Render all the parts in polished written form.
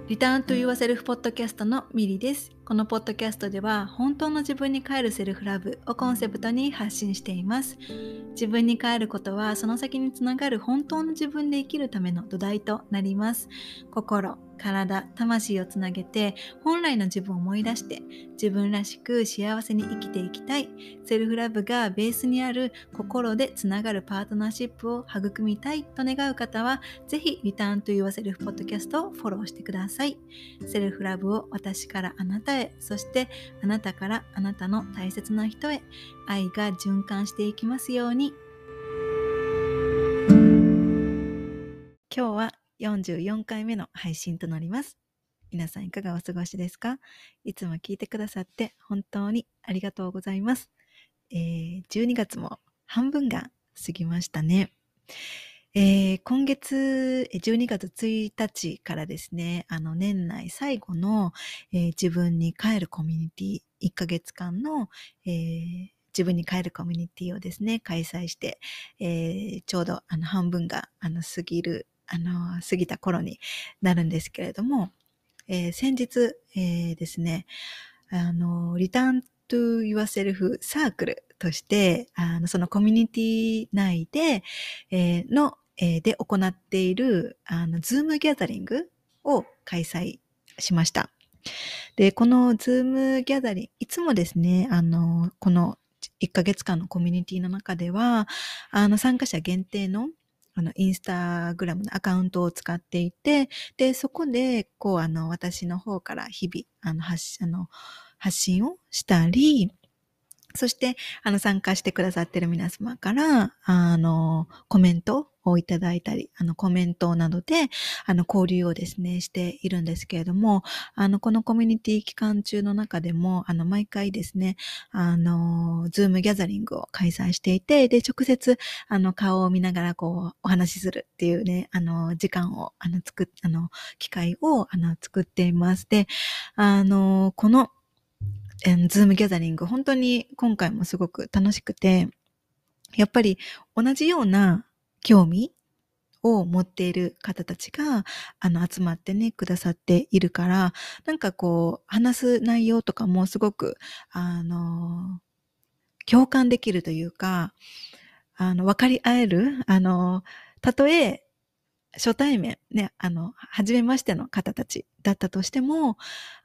リターントゥユアセルフポッドキャストのミリです。このポッドキャストでは本当の自分に帰るセルフラブをコンセプトに発信しています。自分に帰ることはその先につながる本当の自分で生きるための土台となります。心、体、魂をつなげて本来の自分を思い出して自分らしく幸せに生きていきたい。セルフラブがベースにある心でつながるパートナーシップを育みたいと願う方はぜひリターントゥユアセルフポッドキャストをフォローしてください。セルフラブを私からあなたへ、そしてあなたからあなたの大切な人へ、愛が循環していきますように。今日は44回目の配信となります。皆さんいかがお過ごしですか？いつも聞いてくださって本当にありがとうございます。12月も半分が過ぎましたね。今月12月1日からですね、年内最後の、自分に帰るコミュニティ1ヶ月間の、自分に帰るコミュニティをですね開催して、ちょうど半分が過ぎた頃になるんですけれども、先日、ですね、リターントゥユアセルフサークルとして、そのコミュニティ内で、で行っている、ズームギャザリングを開催しました。で、このズームギャザリング、いつもですね、この1ヶ月間のコミュニティの中では、参加者限定のインスタグラムのアカウントを使っていて、で、そこで、私の方から日々、発信をしたり、そして、参加してくださっている皆様から、コメントをいただいたり、コメントなどで、交流をですね、しているんですけれども、このコミュニティ期間中の中でも、毎回ですね、ズームギャザリングを開催していて、で、直接、顔を見ながら、お話しするっていうね、時間を、機会を、作っています。で、この、ズームギャザリング、本当に今回もすごく楽しくて、やっぱり同じような興味を持っている方たちが、集まってね、くださっているから、なんか話す内容とかもすごく、共感できるというか、分かり合える、たとえ、初対面、ね、初めましての方たちだったとしても、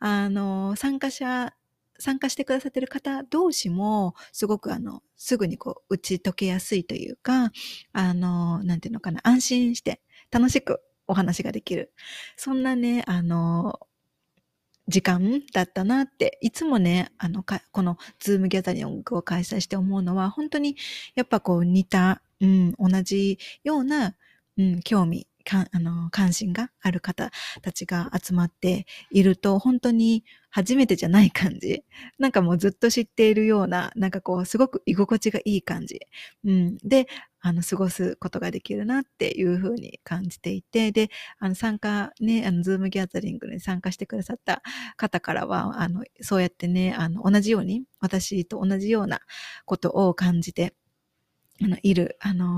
参加してくださっている方同士も、すごくすぐに打ち解けやすいというか、なんていうのかな、安心して楽しくお話ができる。そんなね、時間だったなって、いつもね、このズームギャザリングを開催して思うのは、本当にやっぱ似た、同じような、興味、関心がある方たちが集まっていると、本当に初めてじゃない感じ。なんかもうずっと知っているような、なんかすごく居心地がいい感じ。で、過ごすことができるなっていうふうに感じていて、で、参加ね、ズームギャザリングに参加してくださった方からは、そうやってね、同じように、私と同じようなことを感じて、いる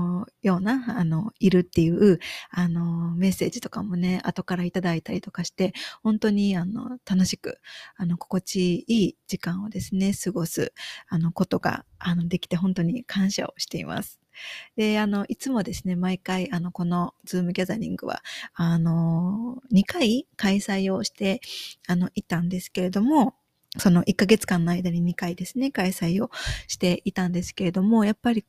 っていう、メッセージとかもね、後からいただいたりとかして、本当に、楽しく、心地いい時間をですね、過ごす、ことが、できて本当に感謝をしています。で、いつもですね、毎回、このズームギャザリングは、2回開催をして、いたんですけれども、その1ヶ月間の間に2回ですね、開催をしていたんですけれども、やっぱり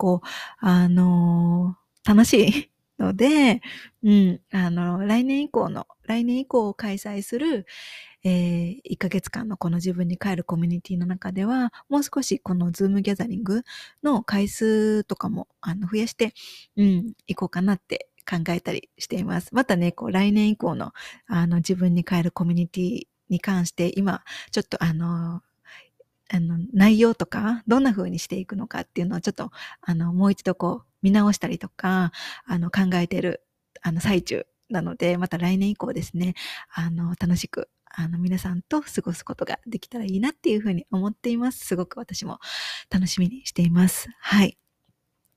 楽しいので、来年以降開催する、1ヶ月間のこの自分に帰るコミュニティの中では、もう少しこのズームギャザリングの回数とかも増やして、いこうかなって考えたりしています。またね、来年以降の自分に帰るコミュニティに関して今、ちょっと内容とか、どんな風にしていくのかっていうのをちょっと、もう一度見直したりとか、考えている、最中なので、また来年以降ですね、楽しく、皆さんと過ごすことができたらいいなっていう風に思っています。すごく私も楽しみにしています。はい。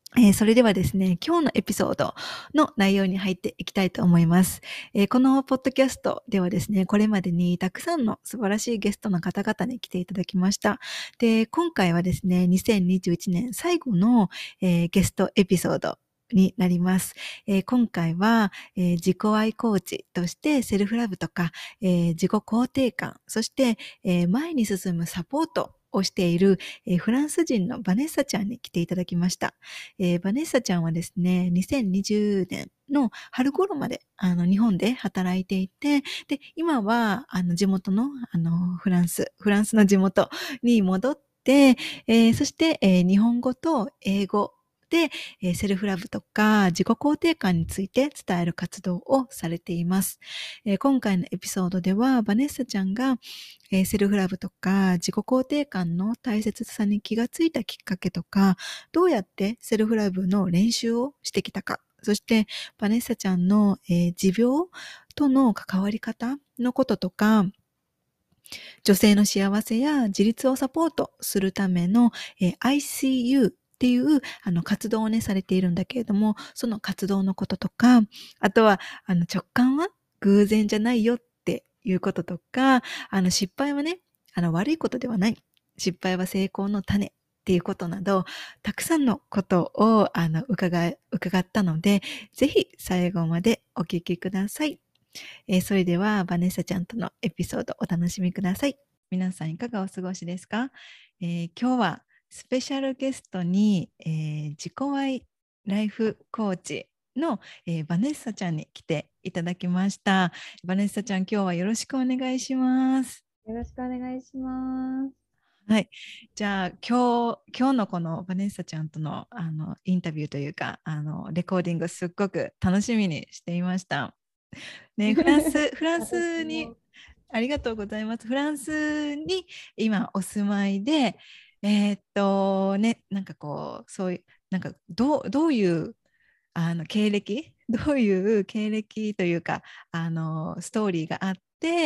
それではですね、今日のエピソードの内容に入っていきたいと思います。このポッドキャストではですね、これまでにたくさんの素晴らしいゲストの方々に来ていただきました。で、今回はですね、2021年最後の、ゲストエピソードになります。今回は、自己愛コーチとしてセルフラブとか、自己肯定感、そして、前に進むサポートをしている、フランス人のバネッサちゃんに来ていただきました。バネッサちゃんはですね、2020年の春頃まで日本で働いていて、で、今は地元のフランスの地元に戻って、そして、日本語と英語で、セルフラブとか自己肯定感について伝える活動をされています。今回のエピソードではバネッサちゃんがセルフラブとか自己肯定感の大切さに気がついたきっかけとか、どうやってセルフラブの練習をしてきたか、そしてバネッサちゃんの、持病との関わり方のこととか、女性の幸せや自立をサポートするための、ICU っていう活動をねされているんだけれども、その活動のこととか、あとは直感は偶然じゃないよっていうこととか、失敗はね悪いことではない、失敗は成功の種っていうことなど、たくさんのことを伺ったので、ぜひ最後までお聞きください。それではバネッサちゃんとのエピソードお楽しみください。皆さんいかがお過ごしですか？今日はスペシャルゲストに、自己愛ライフコーチの、バネッサちゃんに来ていただきました。バネッサちゃん、今日はよろしくお願いします。 よろしくお願いします。 はい。じゃあ、今日のこのバネッサちゃんとの、インタビューというか、レコーディングすっごく楽しみにしていました。ね、フランスに、 私も。 ありがとうございます。フランスに今お住まいで、ね、なんかこう、そういう、なんかどういう経歴、どういう経歴というか、ストーリーがあって、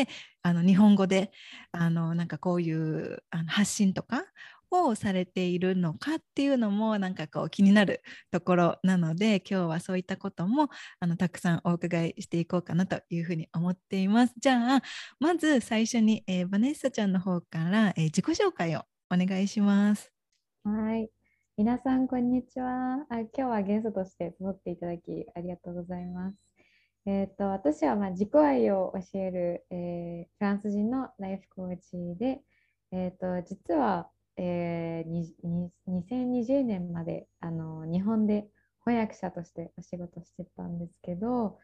日本語で、なんかこういう発信とかをされているのかっていうのも、なんかこう気になるところなので、今日はそういったこともたくさんお伺いしていこうかなというふうに思っています。じゃあ、まず最初に、バネッサちゃんの方から、自己紹介をお願いします。 はい。皆さん、こんにちは。今日はゲストとして集っていただきありがとうございます。私は自己愛を教える、フランス人のライフコーチで、実は、2020年まで日本で翻訳者としてお仕事してたんですけど、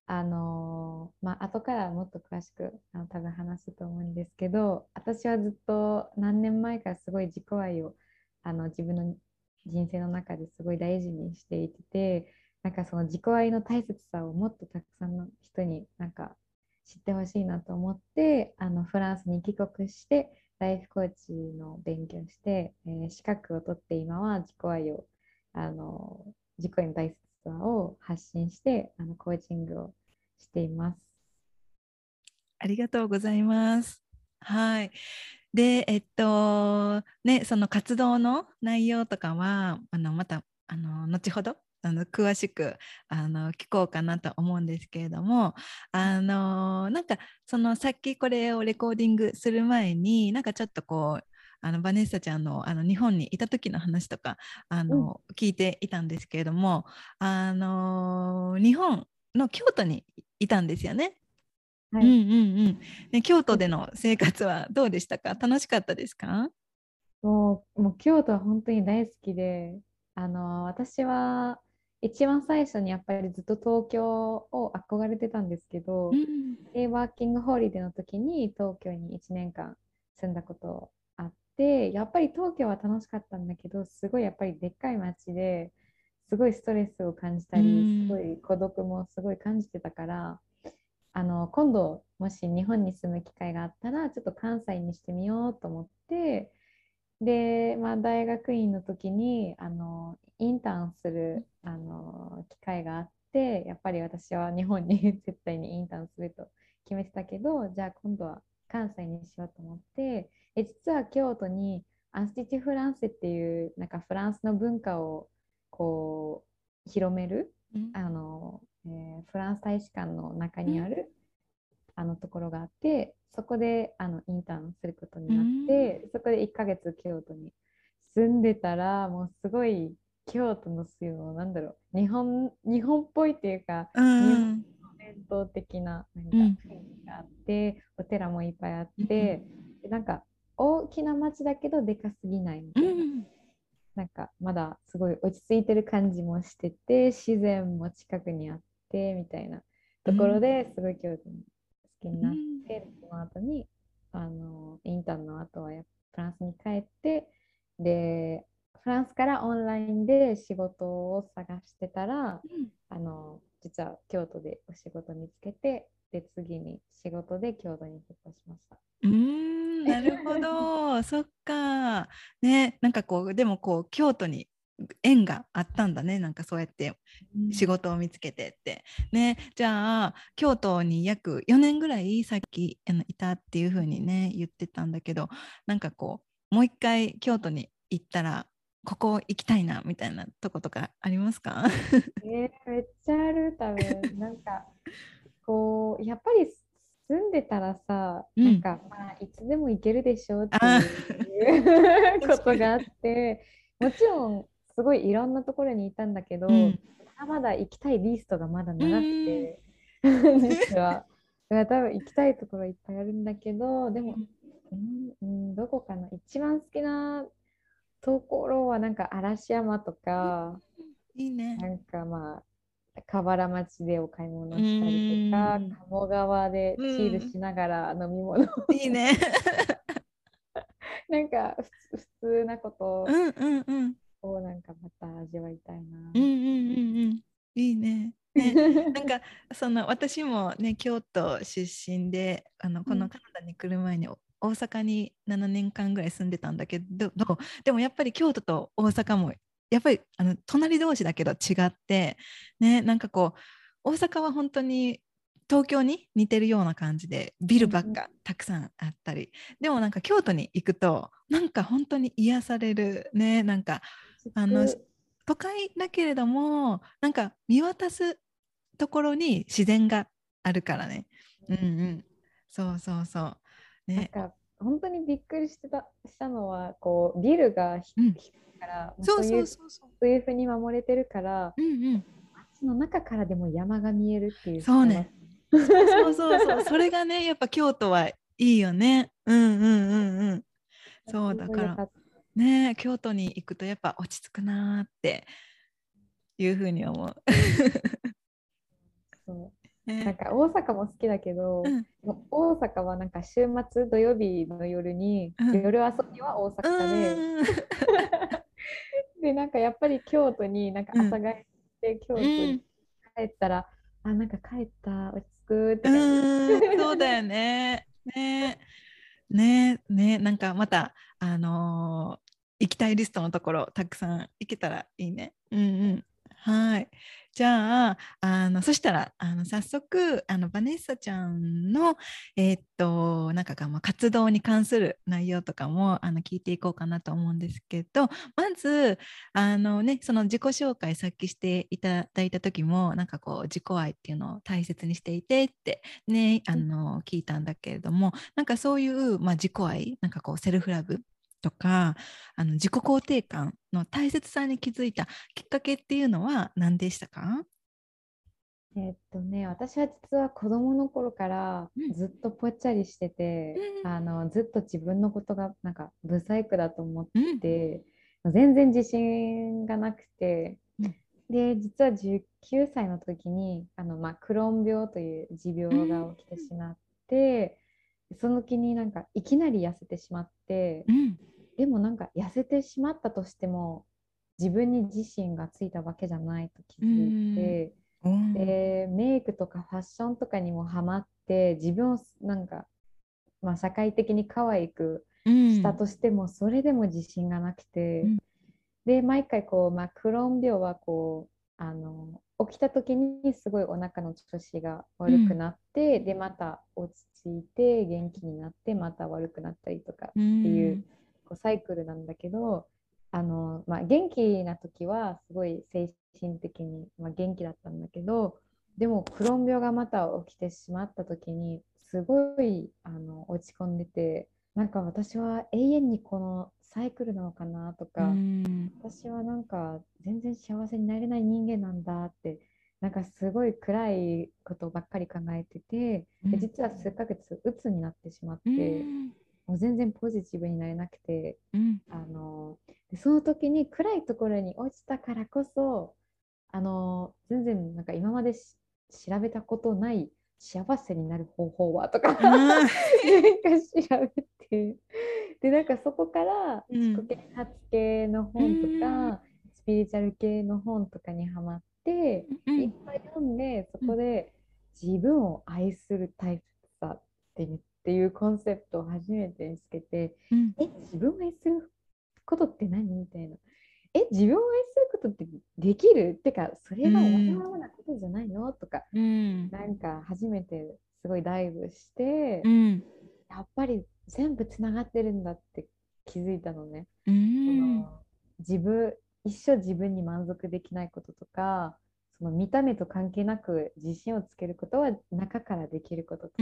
後からもっと詳しく多分話すと思うんですけど、私はずっと何年前からすごい自己愛を自分の人生の中ですごい大事にしていて、なんかその自己愛の大切さをもっとたくさんの人になんか知ってほしいなと思って、フランスに帰国してライフコーチの勉強して、資格を取って今は自己愛をあの自己愛の大切さを発信してコーチングをしています。 ありがとうございます。はい。で、ね、その活動の内容とかは、また、後ほど、詳しく、聞こうかなと思うんですけれども、なんか、さっきこれをレコーディングする前に、なんかちょっとこう、バネッサちゃんの、日本にいた時の話とか、 うん。 聞いていたんですけれども、日本の京都にいたんですよね。 はい。 うんうんうん。ね、京都での生活はどうでしたか？楽しかったですか？ もう京都は本当に大好きで、私は一番最初にやっぱりずっと東京を憧れてたんですけど、 うん。 で、ワーキングホリデーの時に東京に1年間住んだことあって、やっぱり東京は楽しかったんだけど、すごいやっぱりでっかい街ですごいストレスを感じうたり、すごん。 い孤独もすごい感じてたから、今度もし日本に住む機会があったら、ちょっと関西にしてみようと思って、で、大学院の時にインターンする機会があって、やっぱり私は日本に絶対にインターンすると決めてたけど、じゃあ今度は関西にしようと思って、実は京都にアンスティチュ・フランセっていうなんかフランスの文化をこ広めるうん、 フランス大使館の中うん、 にあるところがあって、そこでインターンすることうになっん、 て、そこで1ヶ月京都に住んでたら、もうすごい京都のなんだろう、日本っぽいっていうか、 う日本のん、 伝統的ななんうん、 か雰囲気があって、お寺もいっぱいあっうん、 て、でなんか大きな町だけどでかすぎないみたいな。 うん、 なんかまだすごい落ち着いてる感じもしてて、自然も近くにあってみたいなところうん、 ですごい京都に好きになっうん、 て、その後にインターンの後はフランスに帰って、でフランスからオンラインで仕事を探してたら、実は京都でお仕事見つけて、で次に仕事で京都に引っ越しました。 うーん、なるほど、そっか。ね、なんかこう、でもこう、京都に縁があったんだね、なんかそうやって仕うん、 事を見つけてって。ね、じゃあ、京都に約4年ぐらいさっきいたっていうふうにね、言ってたんだけど、なんかこう、もう一回京都に行ったら、ここ行きたいなみたいなとことかありますか？ めっちゃある、多分。なんか、やっぱり住んでたらさ、 うん。 なんか、まあ、いつでも行けるでしょうってあいうーこ確かに。 とがあって、もちろん、すごいいろんなところにいたんだけど、 うん。 まだまだ行きたいリストがまだう長くん。 て、実は。だから多分行きたいところいっぱいあるんだけど、でも、どこかな。一番好きなところは、なんか嵐山とか、 いいね。 なんかまあ、河原町でお買いう物したりとか、 ーん。 鴨川でうチールん。 しながら飲み物いいね。 なんか普通なことうんうんうん。 をなんかまた味わいたいな。 うんうんうんうん。いいね。ね。なんか、私もね、京都出身で、このうん、 カナダに来る前に大阪に7年間ぐらい住んでたんだけど、でもやっぱり京都と大阪も、やっぱり隣同士だけど違って、ね、なんかこう、大阪は本当に東京に似てるような感じで、ビルばっうん、 かたくさんあったり、でもなんか京都に行くと、なんか本当に癒されるね、なんか、 落ちあの、 着く。 都会だけれども、なんか見渡すところに自然があるからね。うんうん。そうそうそう。ね。 なんか本当にびっくりしたのは、ビルがうん。 低いから、まあ、 そうそうそうそう。 そういうふうに守れてるから、 うんうん。 街の中からでも山が見えるっていう幸せ。 そうね。そうそうそうそう。それがね、やっぱ京都はいいよね。うんうんうんうん。そうすだから、 ごいよかった。 ね、京都に行くとやっぱ落ち着くなーっていうふうに思う。 そうなんね。 か大阪も好きだけど、 うんもう大阪はなんか週末土曜日の夜に、 うん夜遊びは大う阪で、 んで、なんかやっぱり京都になんかうん朝帰って京都にうん帰ったら、あ、なんか帰った、落ち着くって感じ。 そうだよね。ねなんかまた、行きたいリストのところ、たくさん行けたらいいね。うんうん。はい。じゃあ、そしたら、早速、バネッサちゃんの、なんかまあ活動に関する内容とかも、聞いていこうかなと思うんですけど、まず、その自己紹介さっきしていただいた時も、なんかこう、自己愛っていうのを大切にしていてってね、聞いたんだけれども、なんかそういう、まあ、自己愛、なんかこう、セルフラブとか、自己肯定感の大切さに気づいたきっかけっていうのは何でしたか？ 私は実は子供の頃からうんずっとぽっちゃりしてて、 うんずっと自分のことがなんかブサイクだと思っうんて、全然自信がなくて、 うんで、実は19歳の時に、まあ、クローン病という持うん病が起きてしまって、その時になんかいきなり痩せてしまって、 うんでもなんか痩せてしまったとしても、自分に自信がついたわけじゃないと気うづいんて、 うん、 で、メイクとかファッションとかにもハマって、自分をなんか、まあ、社会的に可愛くうしたんとしても、それでも自信がなくて、 うんで、毎回まあ、クローン病は起きた時にすごいお腹の調子がうん悪くなって、で、また落ち着いて元気になって、また悪くなったりとかうっていう、 んサイクルなんだけど、 元気な時はすごい精神的に、元気だったんだけど、でもクローン病がまた起きてしまった時にすごい落ち込んでて、なんか私は永遠にこのサイクルなのかなとうか、 ん。 私はなんか全然幸せになれない人間なんだって、なんかすごい暗いことばっかり考えてて、でうん。 実は数ヶ月鬱になってしまっうて、 ん。 もう全然ポジティブになれなくて、 うん。 でその時に暗いところに落ちたからこそ、全然なんか今まで調べたことない幸せになる方法はとかうん。 なんか調べて、でなんかそこからうん。 自己啓発系のう本とん。 かスピリチュアル系の本とかにハマって、 うん。 いっぱい読んで、そうん。 こで自分を愛する大切さっていうコンセプトを初めて見つけて、 うん。 自分を愛することって何みたいな。自分を愛することってできるってか、そうれはわがん。 ままなことじゃないのとか、 うん。 なんか初めてすごいダイブして、 うん。 やっぱり全部つながってるんだって気づいたのね。 うそん。 の自分、一生自分に満足できないこととか、その見た目と関係なく自信をつけることは中からできることとうん。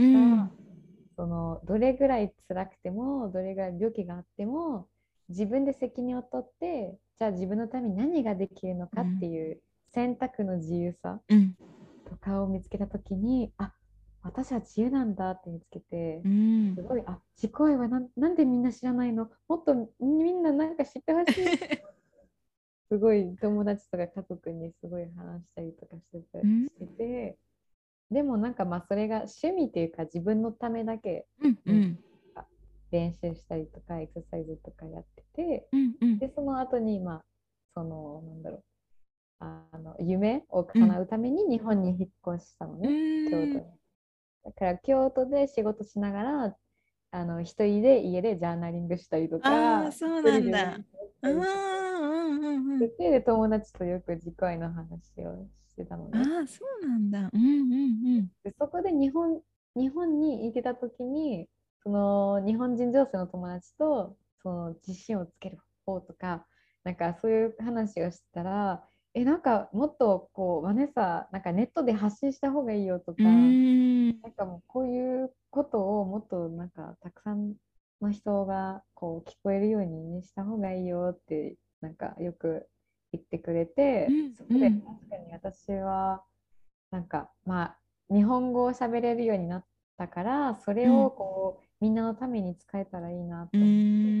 か、そのどれぐらい辛くてもどれぐらい病気があっても自分で責任を取って、じゃあ自分のために何ができるのかっていう選択の自由さうん。 とかを見つけた時に、私は自由なんだって見つけて、 うん。 すごい、自己愛はなんでみんな知らないの、もっとみんななんか知ってほしい、すごい友達とか家族にすごい話したりとかしてて、でもなんかそれが趣味っていうか自分のためだけうん。うにん。 練習したりとかエクササイズとかやってて、 うん。うん。 でその後にそのなんだろう、夢をうん。 叶うために日本に引っ越したのうね、京都ん。 に。だから京都で仕事しながら一人で家でジャーナリングしたりとああ、 か、 そう一人でなんだ。 勉強しうん。 たりとかうん。うん。うん。 してて、で友達とよく自己愛の話をしてたのね。 ああ、そうなんだ。うん。うん。うん。 でそこで日本に行ってた時に、その日本人女性の友達とその自信をつける方法とか、なんかそういう話をしてたら、なんかもっとこうバネさ、なんかネットで発信した方がいいよとうか、 ーん。 なんかもうこういうことをもっとなんかたくさんの人がこう聞こえるようにした方がいいよってなんかよく言ってくれて、 うん。 そこでうん。 確かに私はなんか日本語を喋れるようになったから、それをうん。 こうみんなのために使えたらいいなうと思って、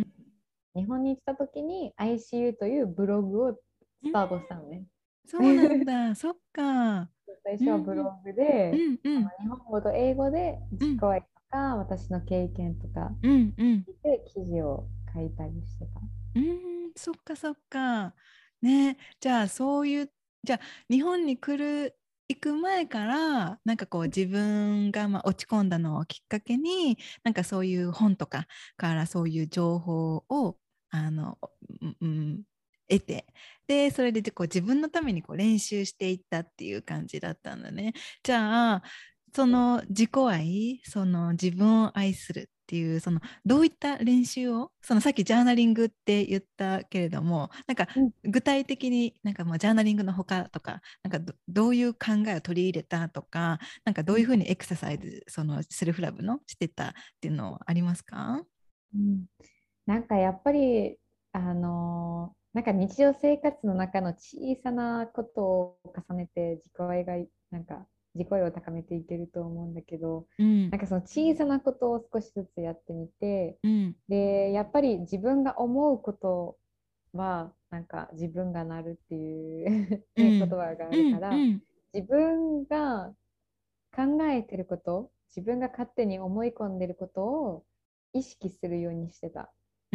ーん。 日本に来た時に ICU というブログをうん。 スタートしたのね。 そうなんだ。そっか。 最初はブうん。 ログで、 うん。うん。 日本語と英語でうん。 自己愛とか私の経験とかうん。うん。 で記事を書いたりしてた。 うーん。そっかそっか。ね。じゃあそういう、じゃあ日本に行く前からなんかこう自分が落ち込んだのをきっかけになんかそういう本とかからそういう情報をあの、うん、得て、でそれでこう自分のためにこう練習していったっていう感じだったんだね。じゃあその自己愛、その自分を愛するっていうそのどういった練習を、そのさっきジャーナリングって言ったけれども、なんかうん具体的になんかもうジャーナリングの他とか、なんかどういう考えを取り入れたとか、なんかどういうふうにエクササイズ、そのセルフラブのしてたっていうのありますか？ うん、なんかやっぱり、なんか日常生活の中の小さなことを重ねてなんか自己愛を高めていけると思うんだけど、 うん。 なんかその小さなことを少しずつやってみて、 うん。 で、やっぱり自分が思うことは、なんか自分がなるっていうね、言うん。 葉があうん。うるから、 ん。 自分が考えてること、自分が勝手に思い込んでることを意識するようにしてた。 うん。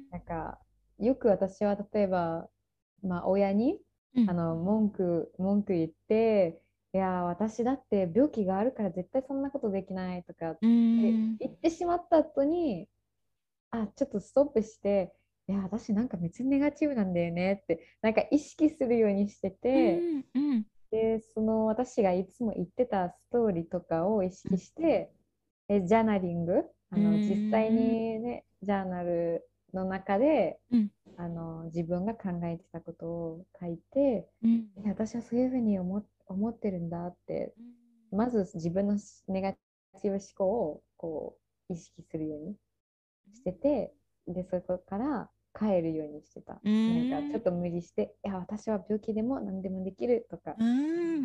なんか、よく私は例えば、親にうん。 文句言って、いや、私だって病気があるから絶対そんなことできないとかっうてん。 言ってしまった後に、ちょっとストップして、いや、私なんか別にネガティブなんだよねって、なんか意識するようにしてて、 うん。うん。 で、その私がいつも言ってたストーリーとかを意識して、ジャーナリング、 う実際ん。 にね、ジャーナルの中で、 うん。 自分が考えてたことを書いて、 うん。 私はそういうふうに思ってるんだって、まず自分のネガティブ思考をこう意識するようにしてて、で、そこから帰るようにしてた。 うなんかん。 ちょっと無理して、いや、私は病気でも何でもできるとか、 うん。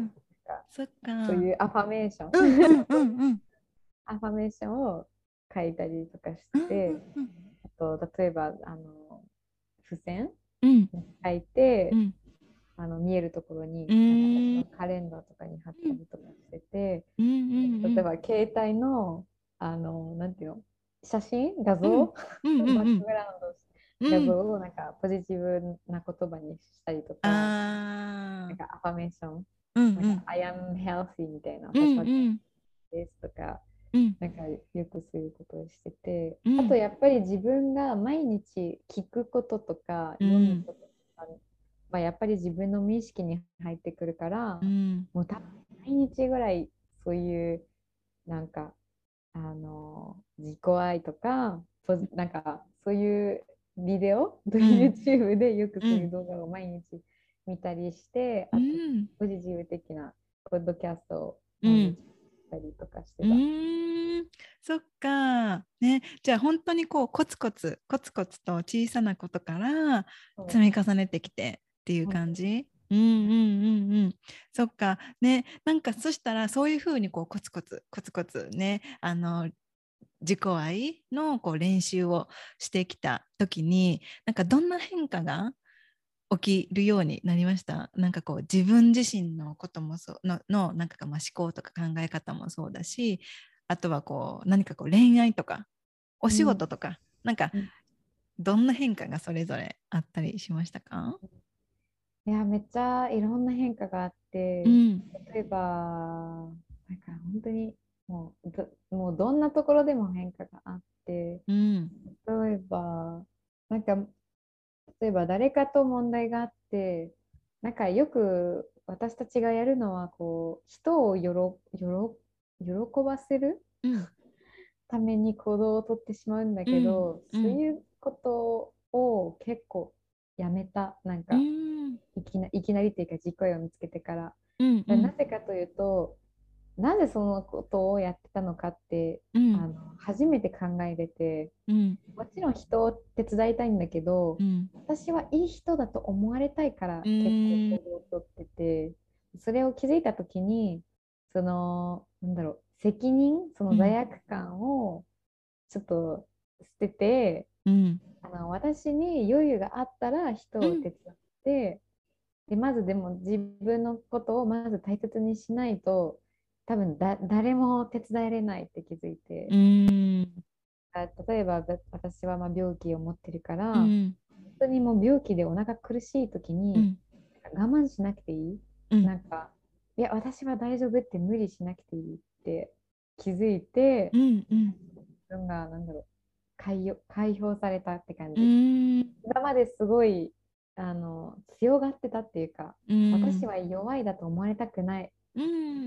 なんかそっそうか。 いうアファメーション、 うんうんうんうん。 アファメーションを書いたりとかしうんて、 うんあと、例えば、付箋うん。 書いて、 うん。 見えるところうに、なんか私ん。 のカレンダーとかに貼ったりとかしてて、 うんうんうん。 例えば携帯の、なんていうの、写真、画うん。 像、 うんうんバッうん。 クグラウンド、画うん。 像をなんかポジティブな言葉にしたりとか、なんああ。 かアファメーション、なんかうんうん。 I am healthy みたいな、 う私はんうん。 ですとか、 うん。 なんかよくそういうことをしてて、 うん。 あとやっぱり自分が毎日聞くこととかうん。 読むこととか、まあ、やっぱり自分の無意識に入ってくるから、 うん。 もう多分毎日ぐらいそういうなんか自己愛とかなんかそういうビデオうん。 YouTube でよくそういううん。 動画を毎日見たりして、 うあとん。 ポジティブ的なポッドキャストを毎日うん。 見たりとかしてうた。 ーん、そっか。ね、じゃあ本当にこうコツコツコツコツと小さなことからそう積み重ねてきてっていう本当に。 感じ。うんうんうんうん。そっか。ね、なんかそしたらそういうふうにこうコツコツコツコツね、自己愛のこう練習をしてきた時に、なんかどんな変化が起きるようになりました？なんかこう自分自身のこともそうのなんかまあ思考とか考え方もそうだし、あとはこう何かこう恋愛とかお仕うん。 事とか、なんかうん。 どんな変化がそれぞれあったりしましたか？ いや、めっちゃいろんな変化があって、 うん、 例えば、なんか本当にもうどんなところでも変化があって、 うん、 例えば、なんか、例えば誰かと問題があって、なんかよく私たちがやるのは、こう、人を喜ばせるうん、 ために行動をとってしまうんだうん、 けど、 うん、 そういうことを結構やめた。なんうか、 ん、 いきなりっていうか、自己愛を見つけてから。 うん、うん、 なぜかというと、なぜそのことをやってたのかって、 うん、 初めて考えれて、 うん、 もちろん人を手伝いたいんだけど、 うん、 私はいい人だと思われたいかうら結構ん、 行動をとってて、それを気づいたときに、なんだろう、その罪悪感をちょっと捨てて、 うん、 私に余裕があったら人うん、 を手伝って、で、まずでも自分のことをまず大切にしないと、多分誰も手伝えれないって気づいて、 うん、 例えば私はまあ病気を持ってるから、本うん、 当にもう病気でお腹苦しい時にうん、 我慢しなくていい。 うん、 なんか、いや、私は大丈夫って無理しなくていいって気づいて、 うん、うん、 自分がなんだろう、解放されたって感うじ。 ん、 今まですごい強がってたっていうか、 うん、 私は弱いだと思われたくない、 うん、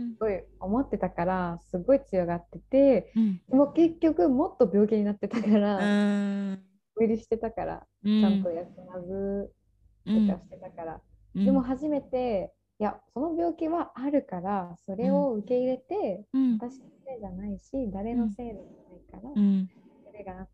すごい思ってたから、すごい強がってて、 うん、 でも結局もっと病気になってたかうら、 ん、 無理してたから、 うん、 ちゃんと休まずうん、 とかしてたから。 うん、 でも初めて、いや、その病気はあるから、それうん、 を受け入れて、 うん、 私のせいじゃないし、誰うん、 のせいでもないから、 うん、 それがあって、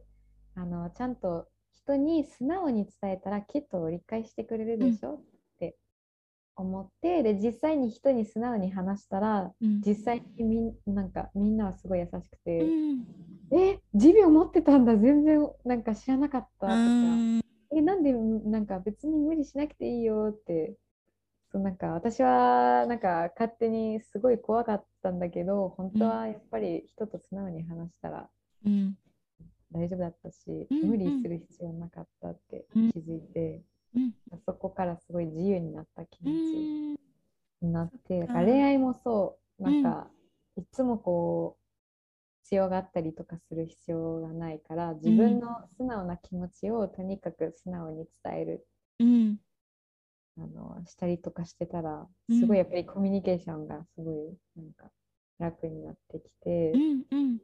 ちゃんと人に素直に伝えたらきっと理解してくれるうん、 でしょって思って、で、実際に人に素直に話したら、 うん、 実際になんかみんなはすごい優しくて、 うん、 持病持ってたんだ、全然なんか知らなかっうたとか、 ん、 なんでなんか別に無理しなくていいよって、なんか私はなんか勝手にすごい怖かったんだけど、本当はやっぱり人と素直に話したらうん、 大丈夫だったし、 うん、 無理すうん、 る必要なかったってうん、 気づいて、 うん、 そこからすごい自由になった気う持ちん、 になっそって、だから恋か、 愛もそう、 うん、 なんかいつもこう強がったりとかする必要がないから、自分うん、 の素直な気持ちをとにかく素直に伝える、 うん、 したりとかしてたら、 うん、 すごいやっぱりコミュニケーションがすごいなんか楽になってきて、 うん、うん、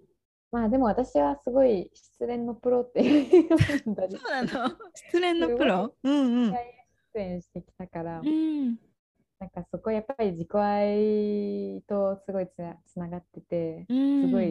まあでも私はすごい失恋のプロっていうだり、 そうなの？失恋のすごいプロ？うんうん。 試合出演してきたから、 うん。 なんかそこやっぱり自己愛とすごいつながってて、 うん。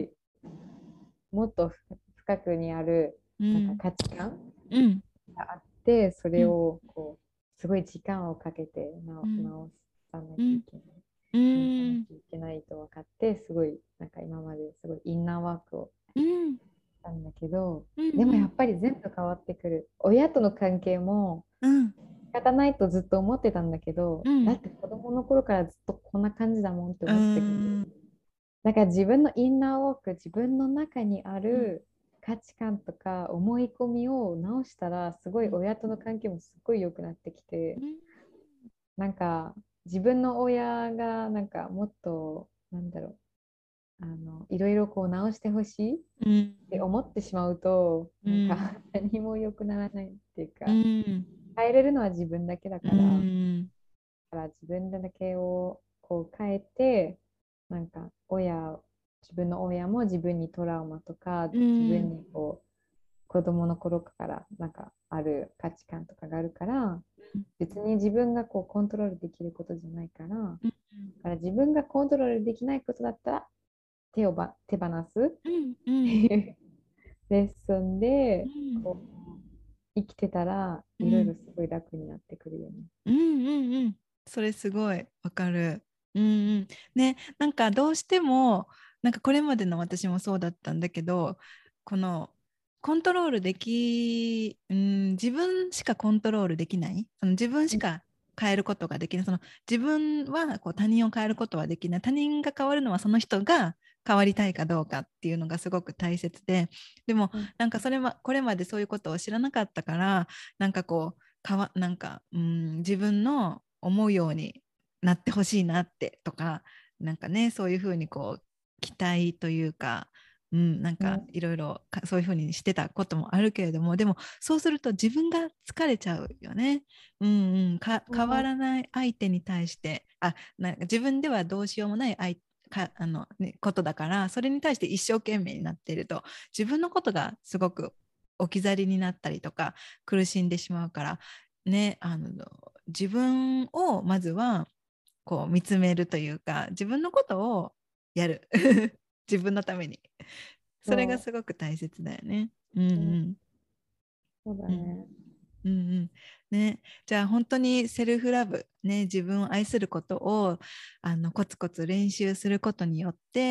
すごいもっと深くにあるなんかうん。 価値観うん。 があって、それうん。 をこうすごい時間をかけてうん。 直さなきゃうん。 いけない。 う直さなん。 きゃいけないと分かって、すごいなんか今まですごいインナーワークをうん。 したんだけど、 うん。 でもうん。 やっぱり全部変わってくる。親との関係もうん。 仕方ないとずっと思ってたんだけど、 うん。 だって子供の頃からずっとこんな感じだもんってう思ってたけど、 ん。 だから自分のインナーワーク、自分の中にあうん。 る価値観とか思い込みを直したら、すごい親との関係もすごい良くなってきて、なんか自分の親がなんかもっと、なんだろう、いろいろこう直してほしいっうん。 て思ってしまうと、なんかうん。 何も良くならないっていううか、 ん。 変えれるのは自分だけだうから、 ん。 自分だけをこう変えて、なんか自分の親も自分にトラウマとか、 う自分ん。 にこう子供の頃からなんかある価値観とかがあるから、別に自分がこうコントロールできることじゃないから、自分がコントロールできないことだったら手放すっうん。うん。 ていうレッスンで、 うん。 こう生きてたらいろいろうん。 すごい楽になってくるよね。 うんうんうん。それすごいわかる。うんうん。ね、なんかどうしても、なんかこれまでの私もそうだったんだけど、このコントロールでき、自分しかコントロールできない、その自分うんしか変えることができない、その自分はこう他人を変えることはできない、他人が変わるのはその人が変わりたいかどうかっていうのがすごく大切で、でもうんなんかこれまでそういうことを知らなかったから、なんかこう、なんか、自分の思うようになってほしいなってとか、なんかね、そういうふうにこう、期待というか、なんかうんいろいろそういうふうにしてたこともあるけれども、でもそうすると自分が疲れちゃうよね。変わらない相手に対して、なんか自分ではどうしようもないことだから、それに対して一生懸命になっていると、自分のことがすごく置き去りになったりとか、苦しんでしまうからね、自分をまずはこう見つめるというか、自分のことをやる。自分のために。それがそすごく大切だよね。うんう、うん、 うんそうだうんね。 うんうんね、じゃあ本当にセルフラブ、ね、自分を愛することをコツコツ練習することによって、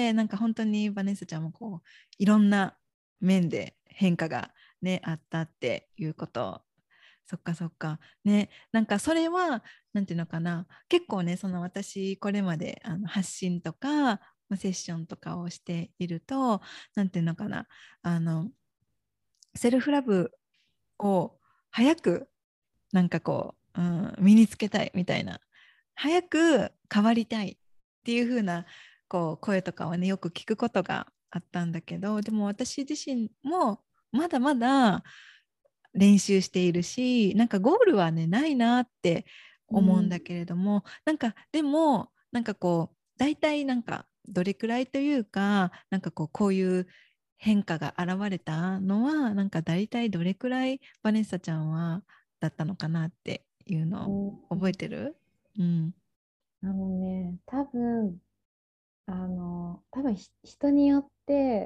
なんか本当にバネッサちゃんもこういろんな面で変化が、ね、あったっていうこと。そっかそっか。ね、なんかそれは、なんていうのかな、結構ね、その私、これまで発信とか、セッションとかをしていると、なんていうのかな、あの、セルフラブを早く、なんかこう、身につけたいみたいな、早く変わりたいっていう風な、こう、声とかはね、よく聞くことがあったんだけど、でも私自身も、まだまだ練習しているし、なんかゴールはね、ないなってうん、 思うんだけれども、なんかでも、なんかこう、大体なんかどれくらいというか、なんかこういう変化が現れたのは、なんか大体どれくらいバネッサちゃんはだったのかなっていうのうを覚えん、 てる？うん。 多分人によって、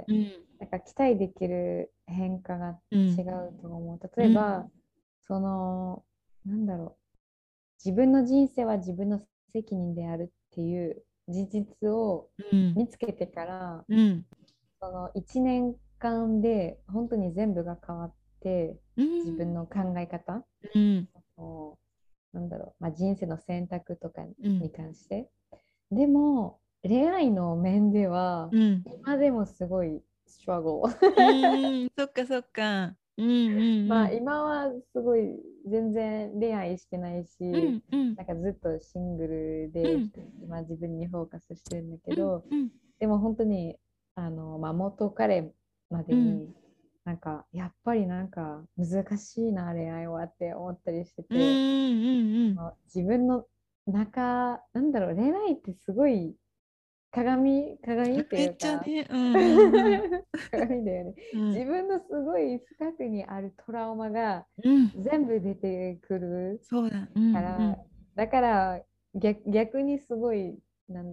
うん。 なんか期待できる変化がうん。 違うと思う。例うん。 えば、その、なんだろ自分の人生は自分の責任であるっていう事実をうん。 見つけてから、 うん。 その1年間で本当に全部が変わって、 うん。 自分の考え方、 うん。 人生の選択とかうん。 に関して。でも、恋愛の面では、 うん。 今でもすごいストラゴル。 そっかそっか。うんうんまあうん。 今はすごい全然恋愛してないし、 うんうんなんかずっとシングルでうん今自分にフォーカスしてるんだけうんど、 うんでも本当に元彼までうんになんかやっぱりなんか難しいな恋愛はって思ったりしてうんて、 うんうん自分の中なんだろう恋愛ってすごい鏡ってめっいうかちゃね、うんうん鏡だよね。 うん。 自分のすごい深くにあるトラウマがうん。 全部出てくるそうだ。うんうから、 ん。 だから逆にすごい、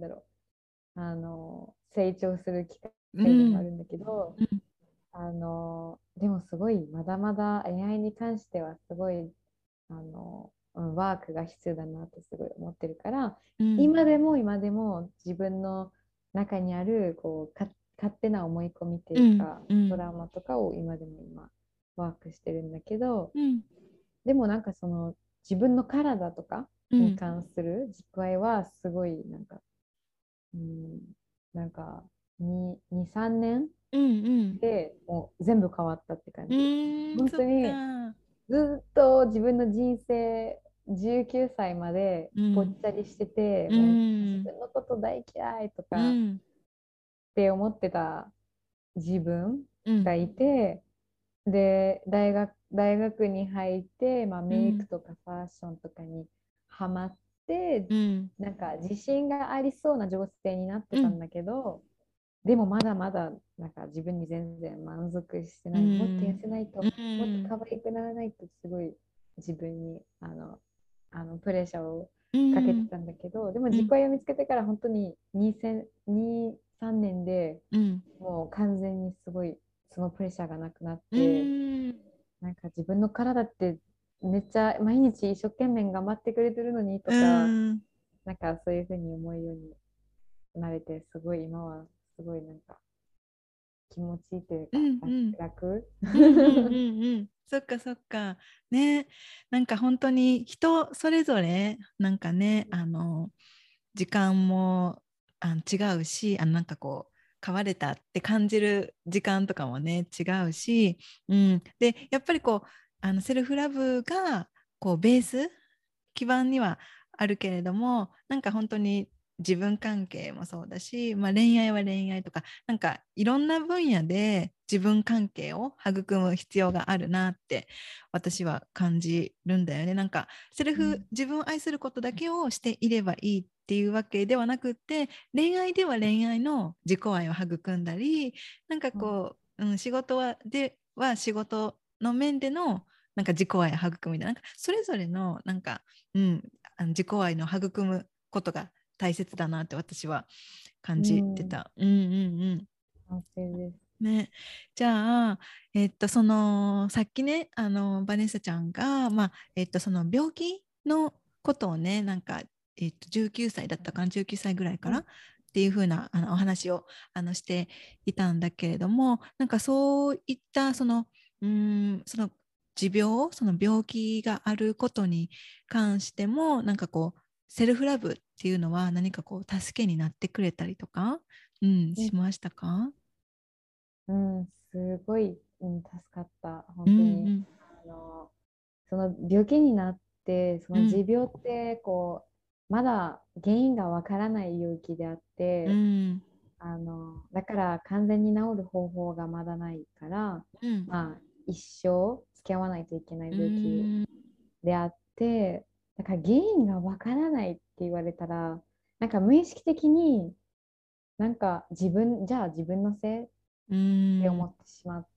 成長する機う会でもあん。 るんだけど、 うん。 でもすごい、まだまだ AI に関してはすごい、ワークが必要だなってすごい思ってるから、 うん。 今でも自分の中にある勝手な思い込みってうん。 いうか、 うん。 トラウマとかを今ワークしてるんだけど、 うん。 でもなんかその自分の体とかにうん。 関する実愛はすごいうん、なんか2、3年うん。 でもう全部変わったって感うじ。 ん。そっ本当にか。 ずっと自分の人生19歳までうん。 ぽっちゃりしてて、 うもう自ん。 分のこと大嫌いとかっうん。 て思ってた自分うん。 がいて、で、大学に入って、まあ、メイクうん。 とかファッションとかにハマって、 うん。 なんか自信がありそうな女性になってうん。 たんだけど、でもまだまだなんか自分に全然満足してうない。もっと痩ん。 せないうと、もっとん。 可愛くならないと、すごい自分にプレッシャーをうん。 かけてたんだけど、でもうん。 自己愛を見つけてから本当に2、3年でうん。 もう完全にすごいそのプレッシャーがなくなっうて、 ん。 なんか自分の体ってめっちゃ毎日一生懸命頑張ってくれてるのにとうか、 ん。 なんかそういうふうに思うようになれて、すごい今はすごいなんか気持ちいいといううかんうん。 楽。 うんうんうんうん。そっかそっか。ね。なんか本当に人それぞれ、なんかね、時間も違うし、なんかこう、変われたって感じる時間とかもね、違うし、うん。で、やっぱりこう、セルフラブが、こう、ベース、基盤にはあるけれども、なんか本当に自分関係もそうだし、まあ、恋愛は恋愛とか、なんかいろんな分野で自分関係を育む必要があるなって私は感じるんだよね。なんか自分を愛することだけをしていればいいっていうわけではなくって、恋愛では恋愛の自己愛を育んだり、なんかこう、仕事は仕事の面でのなんか自己愛を育むみたいな、なんかそれぞれのなんか、うん、自己愛の育むことが大切だなって私は感じてうん、 た。うんうんうん。 賛成です。 ね、じゃあ、さっきね、バネッサちゃんが、まあ、その病気のことをね、なんか、19歳だったかな、19歳ぐらいからっていう風なお話をしていたんだけれども、なんかそういったそのその病気があることに関しても、なんかこう、セルフラブっていうのは何かこう、助けになってくれたりとか、うん、 うん、 しましたか？ うん、すごい、助かった。 う本当に。 んあの、その病気になって、そのうん持病ってまだ原因がわからない病気であっうて、 んだから完全に治る方法がまだないから、 うんまあ、一生付き合わないといけないう病気んであって、だから原因がわからないって言われたら、なんか無意識的になんかじゃあ自分のせいっうて思んってしまって、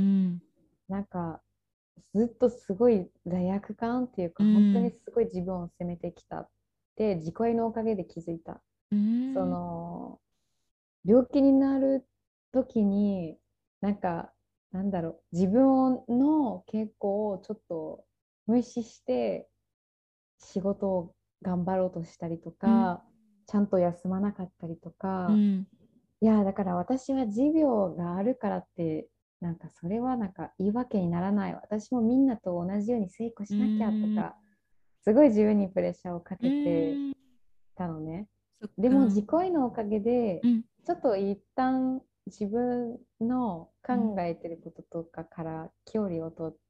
うんなんかずっとすごい罪悪感っていううか、本当にんすごい自分を責めてきたって自己愛のおかげで気づいた。 うそんの病気になる時に、なんか自分の健康をちょっと無視して仕事を頑張ろうとしたりとうんか、ちゃんと休まなかったりとか、 うんいや、だから私は持病があるからって、なんかそれはなんか言い訳にならない。私もみんなと同じように成功うしなきゃとんか、すごい自分にプレッシャーをかうけてんたのね。 そっでもか自己愛のおかげで、 うんちょっと一旦自分の考うんえてることとかから距離をとって、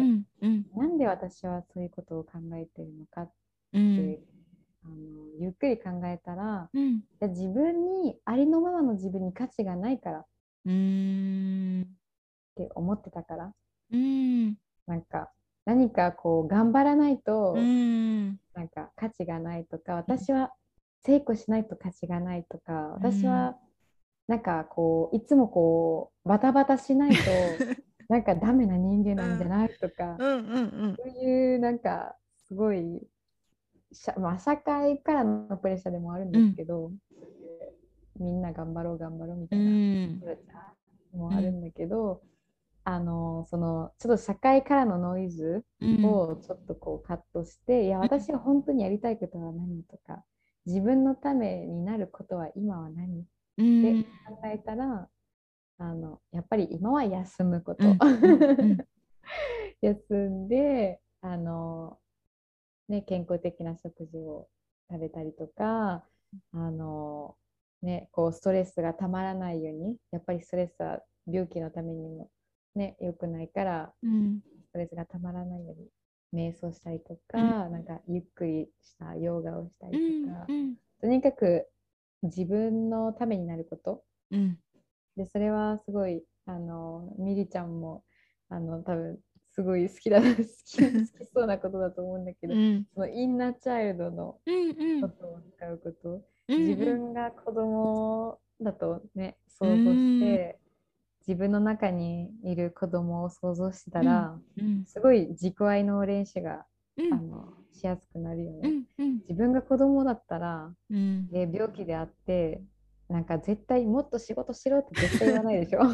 うんうんなんで私はそういうことを考えてるのかっうんてゆっくり考えたら、 うんいや自分にありのままの自分に価値がないからっうんて思ってたから、 うんなんか何か頑張らないうとんなんか価値がないとか、私は成功しないと価値がないとか、 うん。 私はなんかこういつもこうバタバタしないとなんかダメな人間なんじゃうん。 ないとか、 うんうんそういうなんかすごいまあ、社会からのプレッシャーでもあるんうん。 ですけど、みんな頑張ろう頑張ろうみうたいなん。 プレッシャーもうん。 あるんだけど、そのちょっと社会からのノイズうん。 をちょっとこうカットして、いや、 うん。 私は本当にやりたいことは何とか、自分のためになることは今は何ってうん。 考えたら、やっぱり今は休むこと。 うん。うん。うん。 休んで、ね、健康的な食事を食べたりとか、こうストレスがたまらないように、やっぱりストレスは病気のためにも、ね、良くないから、 うん。 ストレスがたまらないように瞑想したりとうん。 か、なんかゆっくりしたヨガをしたりとうん。 か、 うん。 とにかく自分のためになること。 うん。 で、それはすごい、ミリちゃんも、多分すごい好きだ、好きそうなことだと思うんだけど、 うん。 そのインナーチャイルドのうん。うん。 ことを使うこと、 うん。 自うん。 分が子供だとね、 う想像しん。 て、自分の中にいる子供を想像してたうん。 ら、 うん。 すごい自己愛の練習が、 うん。 しやすくなるよね。 うん。うん。 自分が子供だったら、 うん。 で、病気であって、なんか絶対もっと仕事しろって絶対言わないでしょ。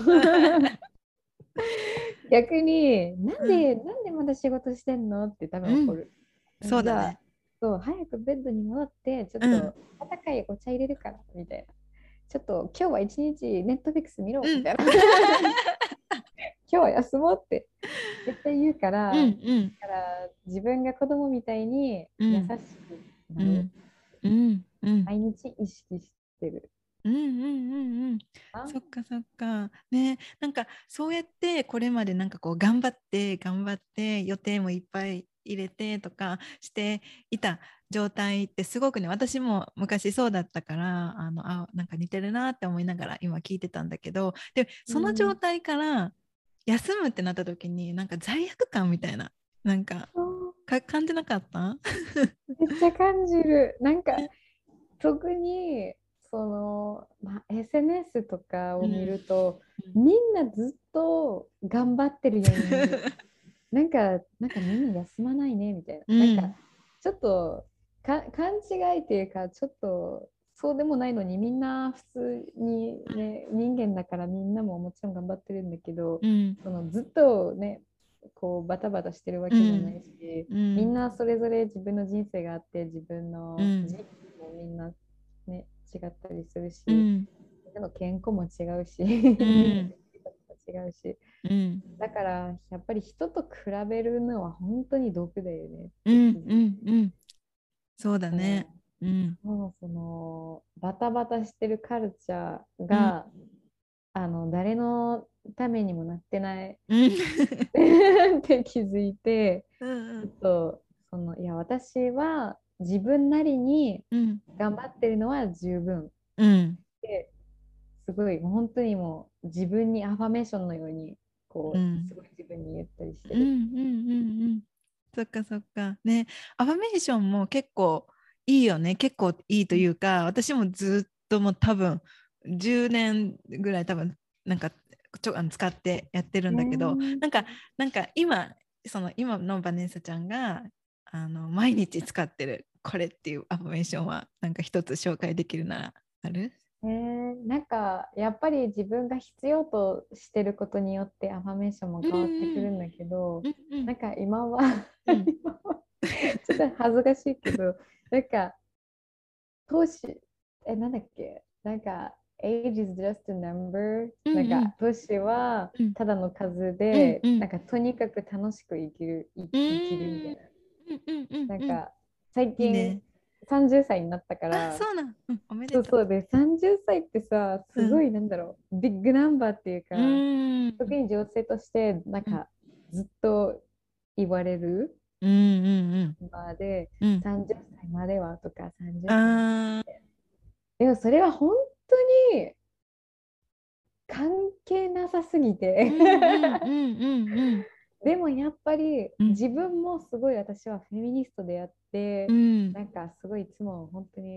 逆に、なんでまだ仕事してんのって多分うん。 怒る。じゃあ、 そうだね。 そう、早くベッドに戻って、ちょっうん。 と温かいお茶入れるから、みたいな。ちょっと今日は一日ネットフィックス見ろ、 うん。 みたいな。今日は休もうって絶対言うから、 うん。うん。 だから自分が子供みたいに優しうん。 くなろう。 うん。うん。うん。 毎日意識してる。 うんうんうんうん。 あ、 そっかそっか。ね、なんかそうやってこれまでなんかこう頑張って予定もいっぱい入れてとかしていた状態ってすごくね、私も昔そうだったから、なんか似てるなって思いながら今聞いてたんだけど、で、その状うん、 態から休むってなった時になんか罪悪感みたいな、なんかそう感じなかった？ めっちゃ感じる。なんかね。 特にまあ、SNS とかを見うん。 ると、 うん。 みんなずっと頑張ってるように見える。なんかみんな休まないねみたいな。なんかうん。 ちょっと勘違いっていうか、ちょっとそうでもないのに、みんな普通にね、人間だからみんなももちろん頑張ってるんだけど、 うん。 ずっとね、こうバタバタしてるわうん。 けじゃないし、 うん。 みんなそれぞれ自分の人生があって、自分の時うん。 期もみんなね、違ったりするし、 うん。 みんなの健康も違うし、 うみんなのん。 生き方も違うし、 うん。 だからやっぱり人と比べるのは本当に毒だよねっうん。 て気づいうん。うん。そうだたら、 ね。うん。 もうバタバタしてるカルチャーうん。 が誰のためにもなってないうん。 って気づいて、ちょっうん。 といや、私は自分なりにうん。 頑張ってるのは十分うん。 で、すごいもう本当にもう自分にアファメーションのようにこうすうん。 ごい自分に言ったりしてうん。 る。 うん。うん。そっかそっか。ね。アファメーションも結構いいよね。結構いいというか、私もずっともう多分10年ぐらい多分なんか使ってやってるえんだけど、 ー、 なんか今のバネッサちゃんが毎日使ってるこれっていうアファメーションはなんか一つ紹介できるならある？ なんかやっぱり自分が必要としてることによってアファメーションもうん変わってくうんるんだけど、 うんうんなんか今はうん今はちょっと恥ずかしいけど、なんか投資、なんだっけ、なんか age is just a number、なんかうんうん年はうんただの数で、 うんうんなんかとにかく楽しくう生きるみたんいな。 うんうんうんうん。 なんか最近いいね。 30歳になったかあ、 ら、 そうなん。うん、おめでとう。 そうそうで、30歳ってさ、 うん。 すごいなんだろう、ビッグナンバーっていううか、 ーん。 特に女性としてなんうん。 かずっと言われるうんうんナンバーで、 うん。うん。 30歳まではとか30歳まで。 ああ。 でもそれは本当に関係なさすぎてうんうんうんうんうんでもやっぱりうん自分もすごい私はフェミニストであって、 うんなんかすごいいつも本当に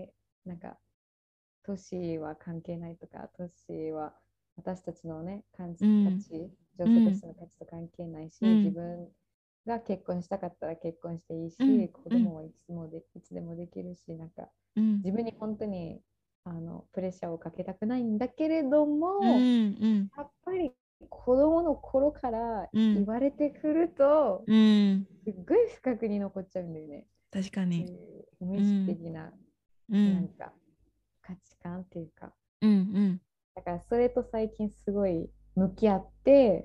なんか年は関係ないとか、年は私たちのね、 うん、 価値、女性としうん、 ての価値と関係ないし、 うん、 自分が結婚したかったら結婚していいうん、 し、子うん、 供いつでもできるし、なんかうん、 自分に本当にプレッシャーをかけたくないんだけれどうも、 ん、 やっぱり子供の頃からうん、 言われてくると、 うん、 すっごい不覚に残っちゃうんだよね。 確かに。 無意識うん、 的なうん、 なんか価値観っていうか、 うん、うん、 だからそれと最近すごい向き合って、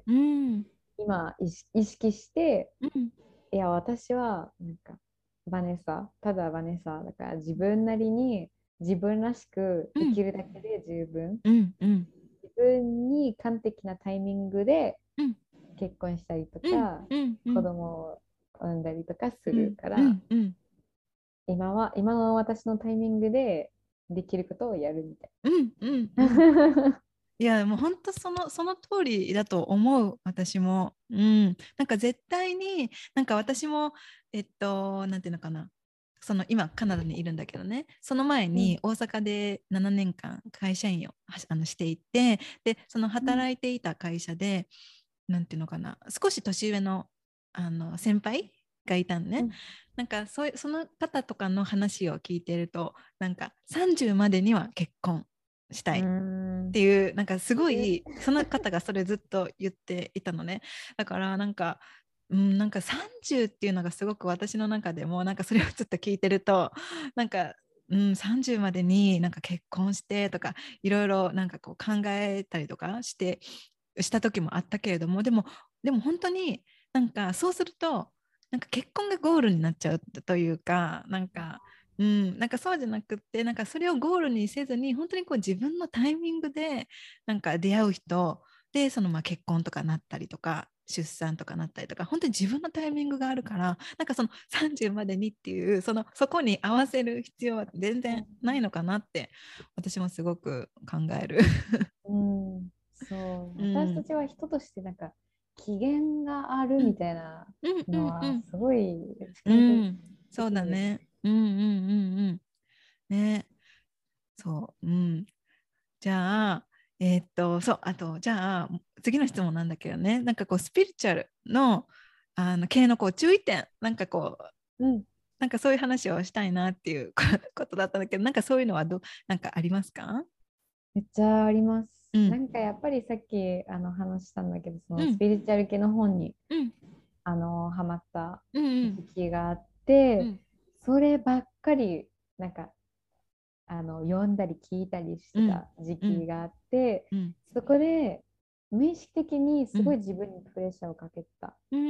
うん、 今意識して、 うん、 いや、私はなんかただバネサだから自分なりに自分らしくうん、 生きるだけで十分。 うん、うん、 自分に完璧なタイミングでうん、 結婚したりとうん、 か、 うん、う子ん、 供を産んだりとかすうん、 るから、 うん、 今の私のタイミングでできることをやるみたいうん、うん、うん。 な。 いや、もう本当その通りだと思う、私も。うん。なんか絶対に、なんか私も、なんていうのかな。その今、カナダにいるんだけどね、その前うんに大阪で7年間会社員をしていて、で、そのうん働いていた会社で、なんていうのかな、少し年上の、先輩がいたのね。 うんなんかその方とかの話を聞いてると、なんか30までには結婚したうい。っんていうなんかすごえいその方がそれずっと言っていたのね。だからなんか、うん、なんか30っていうのがすごく私の中でもなんかそれをちょっと聞いてるとなんか、うん、30までになんか結婚してとかいろいろなんかこう考えたりとかした時もあったけれども、でも本当になんかそうするとなんか結婚がゴールになっちゃうというかなんか、うん、なんかそうじゃなくってなんかそれをゴールにせずに本当にこう自分のタイミングでなんか出会う人でそのまあ結婚とかなったりとか出産とかなったりとか本当に自分のタイミングがあるからなんかその30までにっていうそこに合わせる必要は全然ないのかなって私もすごく考える。 うん、そう、 うん、 私たちは人としてなんか機嫌があるみうん、 たいなうん、うん、うのはん、 すごい主う観ん、そう的に。 だね。うん、うん、うん、うん。ね、そう、うん。じゃあ、そう、あと、じゃあ、次の質問なんだけどね、なんかこう、スピリチュアルの、系のこう注意点、なんかこう、 うん、 なんかそういう話をしたいなっていうことだったんだけど、なんかそういうのはなんかありますか？ めっちゃあります。 うん、 なんかやっぱりさっき話したんだけど、そのスうん、 ピリチュアル系の本にうん、 ハマったうん、うん、 時期があって、 うん、 そればっかりなんか読んだり聞いたりしうん、 てた時うん、 期があって、 うん、 そこで無意識的にうん、 すごい自分にプレッシャーをかけてた。 うん、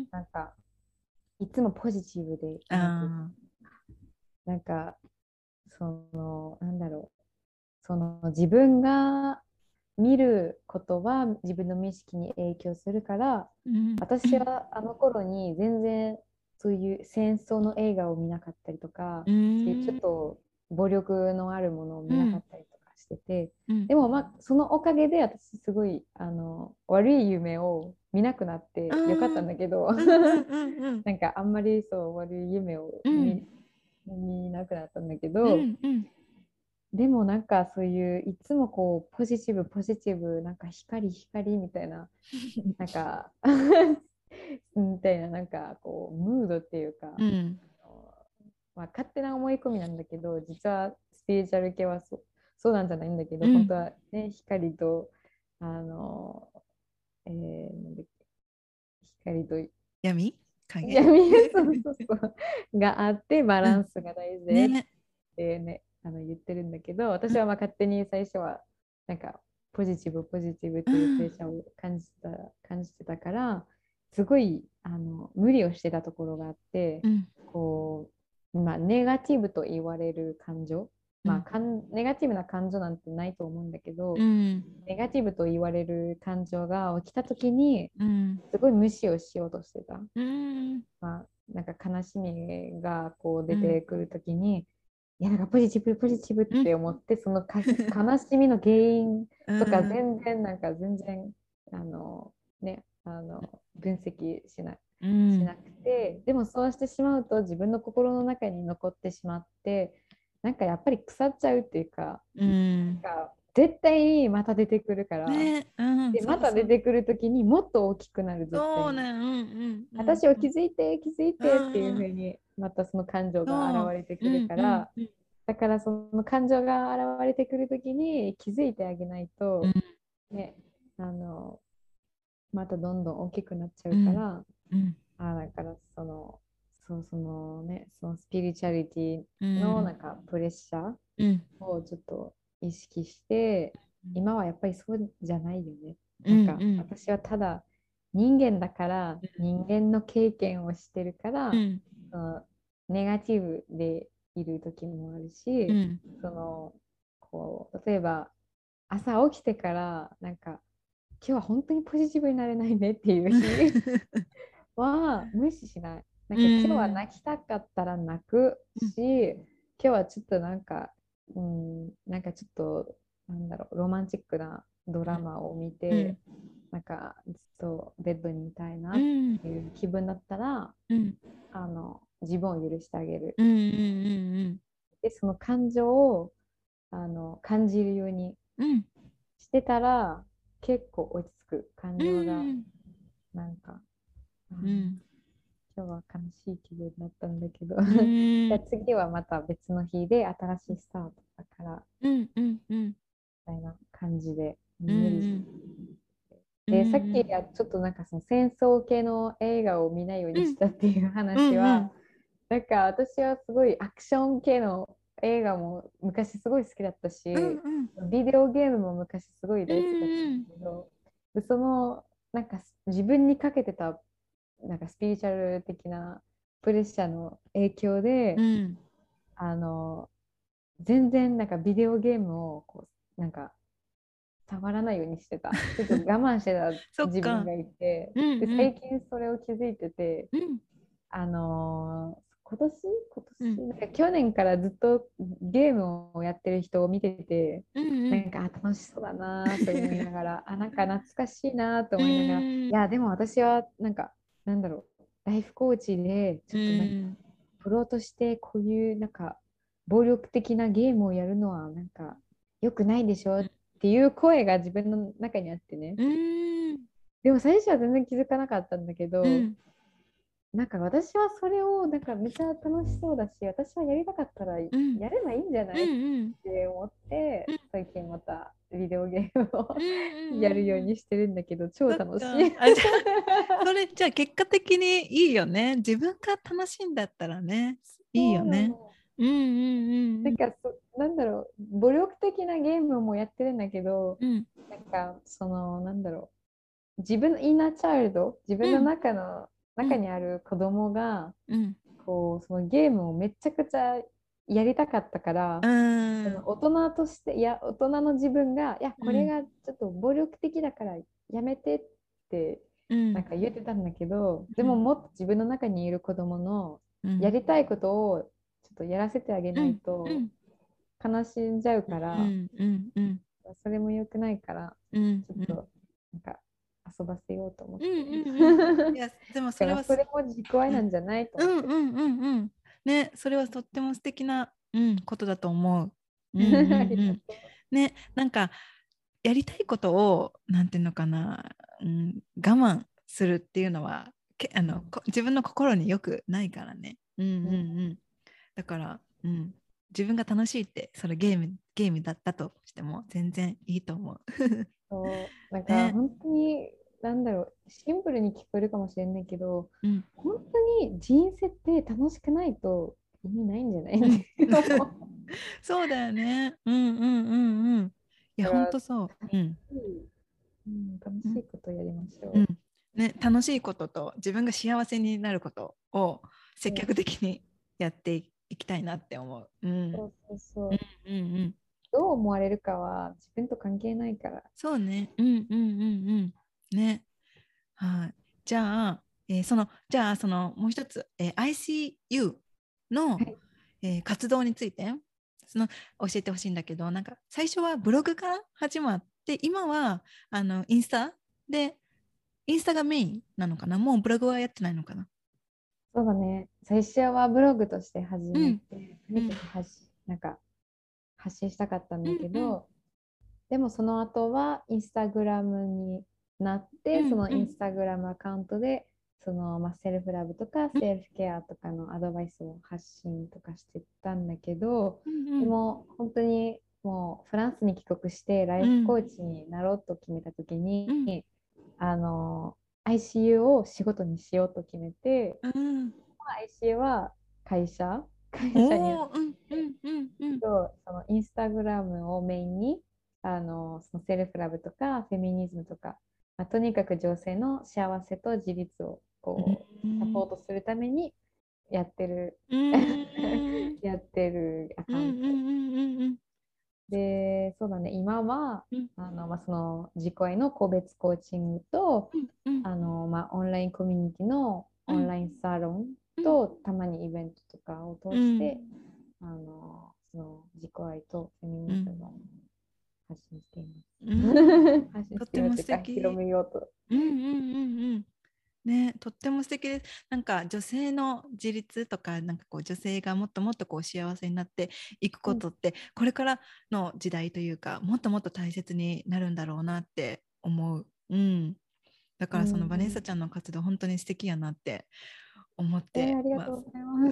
なんかいつもポジティブでいなきゃいけない。 あなんかなんだろう、自分が見ることは自分の無意識に影響するから、 ー、うん、 私はあの頃に全然そういう戦争の映画を見なかったりとか、 うそういうちょん、 っと暴力のあるものを見なかうん、 ったりとかしてて、 うん、 でもまあそのおかげで私すごい悪い夢を見なくなっあー、 てよかったんだけど、 うん、うん、うん、うん、 なんかあんまりそう悪い夢をうん、 見なくなったんだけど、 うん、うん、 でもなんかそういういつもこうポジティブポジティブなんか光みたいな、なんかみたいななんかこうムードっていうか、 うん、 あのまあ、勝手な思い込みなんだけど、実はスピリチュアル系はそうなんじゃないんだけど、本うん、 当はね光とあの、なんだっけ、光と闇影。 闇、そうがあってバうん。 ランスが大事だよっね。 てね、言ってるんだけど、私うん。 はまあ勝手に最初はなんかポジティブっうていうプレッん。 シャーを感じてたから、すごい無理をしてたところがあって、 うん。 こまあ、ネガティブと言われる感情、 うん。 ネガティブな感情なんてないと思うんだけど、 うん。 ネガティブと言われる感情が起きた時にうん。 すごい無視をしようとしてた。 うん。 まあ、なんか悲しみがこう出うん。 てくるときに、いや、なんかポジティブっうん。 て思って、その悲しみの原因うとかん。 全然、分析うん。 しなくて、でもそうしてしまうと自分の心の中に残ってしまって、 なんかやっぱり腐っちゃうっていうか、 うん。 絶対にまた出てくるから、 ね、うん、 で、またそうそう。 出てくるときにもっと大きくなる、絶対に。 そうね、うんうんうん私をうん。 気づいて、気づいうてっていうふん、 うに、またその感情がそう。 現れてくるうんうんから、 うん。 だからその感情が現れてくるときに気づいてあげないと、 うんね、あの、またどんどん大きくなっちゃうんうから、 うんだからそのね、そのスピリチュアリテうィのんなんかプレッシャーうんをちょっと意識して、今はやっぱりそうじゃないよね。 うなんかん私はただ人間だから人間の経験をしてるから、 うんそのネガティブでいる時もあるし、 うんその例えば朝起きてからなんか今日は本当にポジティブになれないねっていう日は無視しない。なんうか今日はん泣きたかったら泣くうんし、今日はちょっとなんかちょっと、なんだろう、ロマンチックなドラマを見て、 うんなんかずっとベッドにいたいなっうんていう気分だったら、 うん自分を許してあげる。 うんうんで、その感情を感じるようにうんしてたら、結構落ち着く。感う情が、 んなんか、 うん今日は悲しい気分だったんだけどうじゃあん次はまた別の日で新しいスタートだからみうんうんうんたいな感じでう無理しんうて、さっきんちょっとなんかその戦争系の映画を見ないよううんにしたっていうう話は、 んなんか私はすごいアクション系の映画も昔すごい好きだったし、 うんビデオゲームも昔すごいう大好きだったんだんけど、でそのなんか自分にかけてたなんかスピリチュアル的なプレッシャーの影響で、 うんあの、全然なんかビデオゲームをなんか触らないようにしてた。ちょっと我慢してたそっか自分がいて、 うんで、 うん最近それを気づいてて、 うんうん今年、なんか去年からずっとゲームをやってる人を見てて、 うんうんなんか楽しそうだなと思いながら、なんか懐かしいなとう思いながら、いんや、でも私はなんか、なんだろう、ライフコーチで、ちうょっとなんか、 んプロとしてこういうなんか、暴力的なゲームをやるのはなんか、良くないでしょっていう声が自分の中にあってね。 うんでも最初は全然気づかなかったんだけど、 うんなんか私はそれをなんかめっちゃ楽しそうだし、私はやりたかったらやうんればいいんじゃうないっんて思って、最近またビデオゲームをうんやるよううんにしてるんだけど、超そっ楽しい。 か。あ、じゃあ、それ、じゃあ結果的にいいよね。自分が楽しいんだったらね、いいよそうなね。 の。 うんうんうんなんかなんだろう、暴力的なゲームもやってるんだけど、 うんなんかなんだろ自分のインナーチャイルド、自分のうんうん中にある子供が、 うんそのゲームをめちゃくちゃやりたかったかうら、そのん大人として、いや、大人の自分が、いや、これうんがちょっと暴力的だからやめてってなんか言ってたんだけど、でももっと自分の中にいる子供のやりたいことをちょっとやらせてあげないうんうとん悲しんじゃううから、 んうんうんそれも良くないから、 うんうんちょっとなんか遊ばせようと思っうんて。 うんうんいや、でもだからそれはそれも自己愛うんなんじゃないとうん思って。 うんうんうんね、それはとっても素敵な、ことだと思う。うんありうんうん。 がとね、なんかやりたいことをなんていうのかな、我慢するっていうのは自分の心によくないからね。うんうう。うん、 んうん。だから、自分が楽しいってそれゲームだったとしても全然いいと思う。 なんかね。 本当に、なんだろう、シンプルに聞こえるかもしれないけど、 うん。 本当に人生って楽しくないと意味ないんじゃないっうん。 て思う。 そうだよね。うんうんうんうん。いや、 だから、 ほんとそう。うん。 楽うんしいことやりましうんょね、楽しいことと自分が幸せになることをう。 積極的にやっていきたいなって思う。うん。 そうそううんそう。 うんうん。 どう思われるかは自分と関係ないから。 そうね。うんうんうんうん。ね。はい。じゃあ、じゃあ、もう一つ、ICU の、 はい。 活動について、その、教えてほしいんだけど、なんか、最初はブログから始まって、今は、インスタがメインなのかな。もうブログはやってないのかな。 そうだね。最初はブログとして始めうん、 て、とうん、 にかく発信なんか発信したかったんだけうんど、でもその後はインスタグラムになって、そのインスタグラムアカウントでセルフラブとかセルフケアとかのアドバイスを発信とかしてたんだけど、でも本当にもうフランスに帰国してライフコーチになろうと決めた時に、あの ICU を仕事にしようと決めて、ICU は会社になって、そのインスタグラムをメインにそのセルフラブとかフェミニズムとか、とにかく女性の幸せと自立をサポートするためにやってるやってるアカウントで、そうだね、今はその自己愛の個別コーチングとオンラインコミュニティのオンラインサロンと、たまにイベントとかを通して、その自己愛とフェミニズムを発信しています。発信していますというか、広めようと。 ね、とっても素敵です。なんか女性の自立とか、なんかこう女性がもっともっとこう幸せになっていくことって、これからの時代というか、もっともっと大切になるんだろうなって思う。だからそのバネッサちゃんの活動、本当に素敵やなって思ってありがとうございます。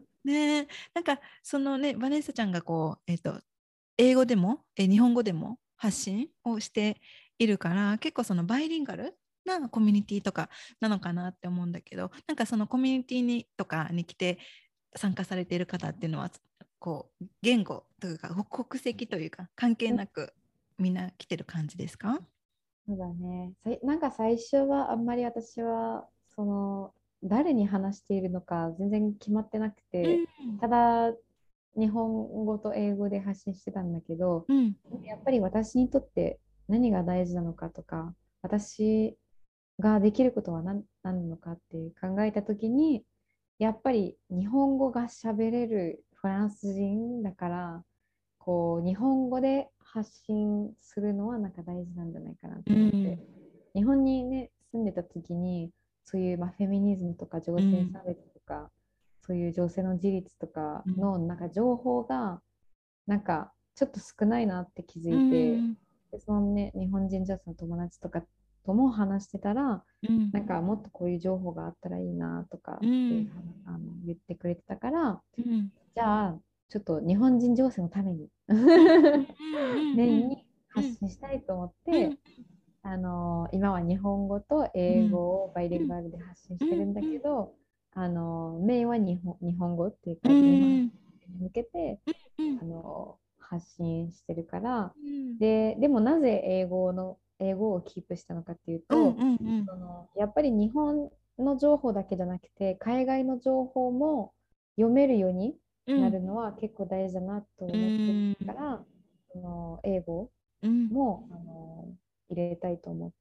ね、なんかそのね、バネッサちゃんがこう、英語でも、日本語でも発信をしているから、結構そのバイリンガルなコミュニティとかなのかなって思うんだけど、なんかそのコミュニティにとかに来て参加されている方っていうのは、こう言語というか国籍というか関係なくみんな来てる感じですか？ そうだね。なんか最初はあんまり私は誰に話しているのか全然決まってなくて、ただ日本語と英語で発信してたんだけど、やっぱり私にとって何が大事なのかとか、私ができることは何なのかって考えた時に、やっぱり日本語が喋れるフランス人だから、日本語で発信するのはなんか大事なんじゃないかなと思って、日本にね住んでた時にそういう、フェミニズムとか女性差別とか、そういう女性の自立とかのなんか情報がなんかちょっと少ないなって気づいて、でそのね、日本人女性の友達とかとも話してたら、なんかもっとこういう情報があったらいいなとかって言ってくれてたから、じゃあちょっと日本人女性のためにメインに発信したいと思って、今は日本語と英語をバイリンガルで発信してるんだけど、メインは日本語っていうか、日本に向けて発信してるから、でもなぜ英語をキープしたのかっていうと、やっぱり日本の情報だけじゃなくて海外の情報も読めるようになるのは結構大事だなと思ってるから、英語も入れたいと思って、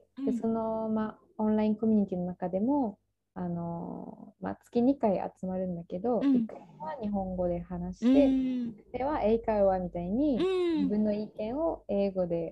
でオンラインコミュニティの中でも月2回集まるんだけど、1回は日本語で話して、では英会話みたいに自分の意見を英語で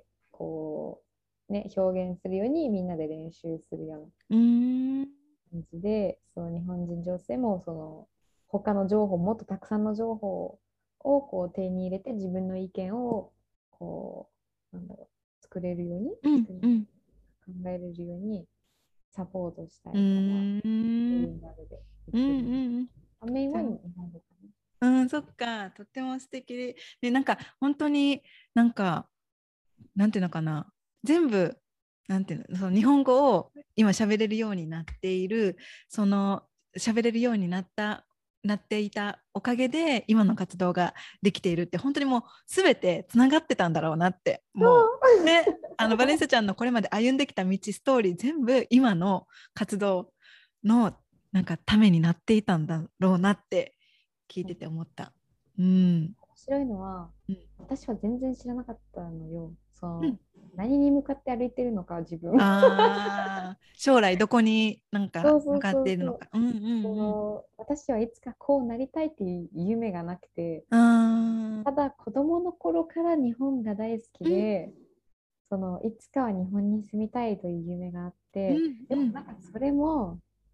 表現するようにみんなで練習するような感じで、その日本人女性も他の情報、もっとたくさんの情報を手に入れて、自分の意見をなんだろ作れるように、考えれるようにサポートしたいから、ビリンガルで言ってる。メインは日本語かそっか、とっても素敵で、なんか本当になんか、なんていうのかな、全部、なんていうの、その日本語を今喋れるようになっている、その喋れるようになっていたおかげで今の活動ができているって、本当にもう全てつながってたんだろうなって、もうね、バレンサちゃんのこれまで歩んできた道ストーリー全部今の活動のなんかためになっていたんだろうなって聞いてて思った。 面白いのは、私は全然知らなかったのよ。何に向かって歩いてるのか、自分。 将来どこになんかそうそう向かっているのか。 私はいつかこうなりたいっていう夢がなくて、ただ子供の頃から日本が大好きで、いつかは日本に住みたいという夢があって、でもなんかそれも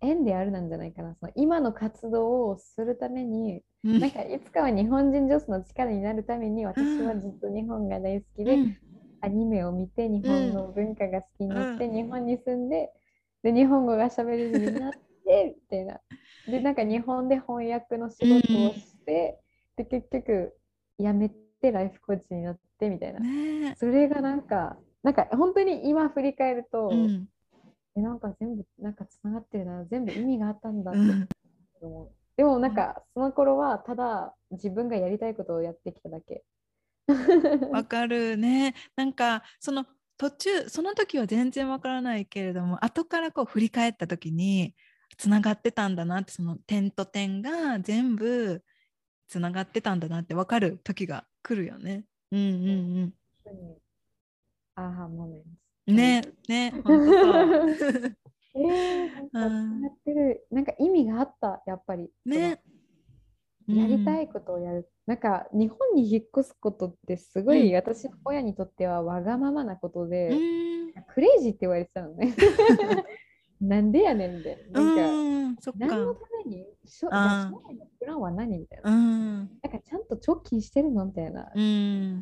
縁であるなんじゃないかな。その今の活動をするために、 うん、 なんかいつかは日本人女子の力になるために、 うん、 私はずっと日本が大好きで、 うん、 アニメを見て、日うん、 本の文化が好きにうん、 なって、日本に住んで、で、日本語が喋れるようになって、みたいな。で、なんか日本で翻訳の仕うん、 事をして、で、結局、辞めてライフコーチになってみたいな。 ねえ、 それがなんか本当に今振り返ると、 うん、 なんか全部なんかつながってるな、全部意味があったんだってうん。 思う。でもなんかその頃はただ自分がやりたいことをやってきただけ。 わかるね。なんかその途中、その時は全然わからないけれども、後からこう振り返った時につながってたんだなって、その点と点が全部つながってたんだなってわかる時が来るよね。うんうん本当にアーハーモメント。 うん。ね、 それぞね、ほんとそう。 れ。なんうかつながん、 ってる、なんか意味があった、やっぱり。そのね、うやりたん、 いことをやる。なんか日本に引っ越すことってすごうん、 い私の親にとってはわがままなことうで、 ん、 クレイジーって言われてたのね。なんでやねんみたいな。なんか、 うん、そっ何のか。 ためにじゃああ将来のプランは何みたいな。 あ、うん、 なんかちゃんと直近してるのみたいな。 うん、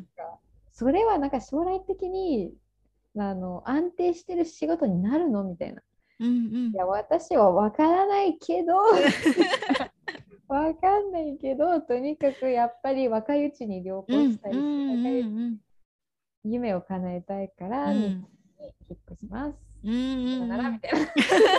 それはなんか将来的に安定してる仕事になるのみたいな。いうん、うん。 や、私は分からないけど、分かんないけど、とにかくやっぱり若いうちに旅うん、 行したうん、 いし、若いうちうん、 に夢を叶えたいから日うん、 本に引っ越します。 うん、 さよならうん。 みたいな。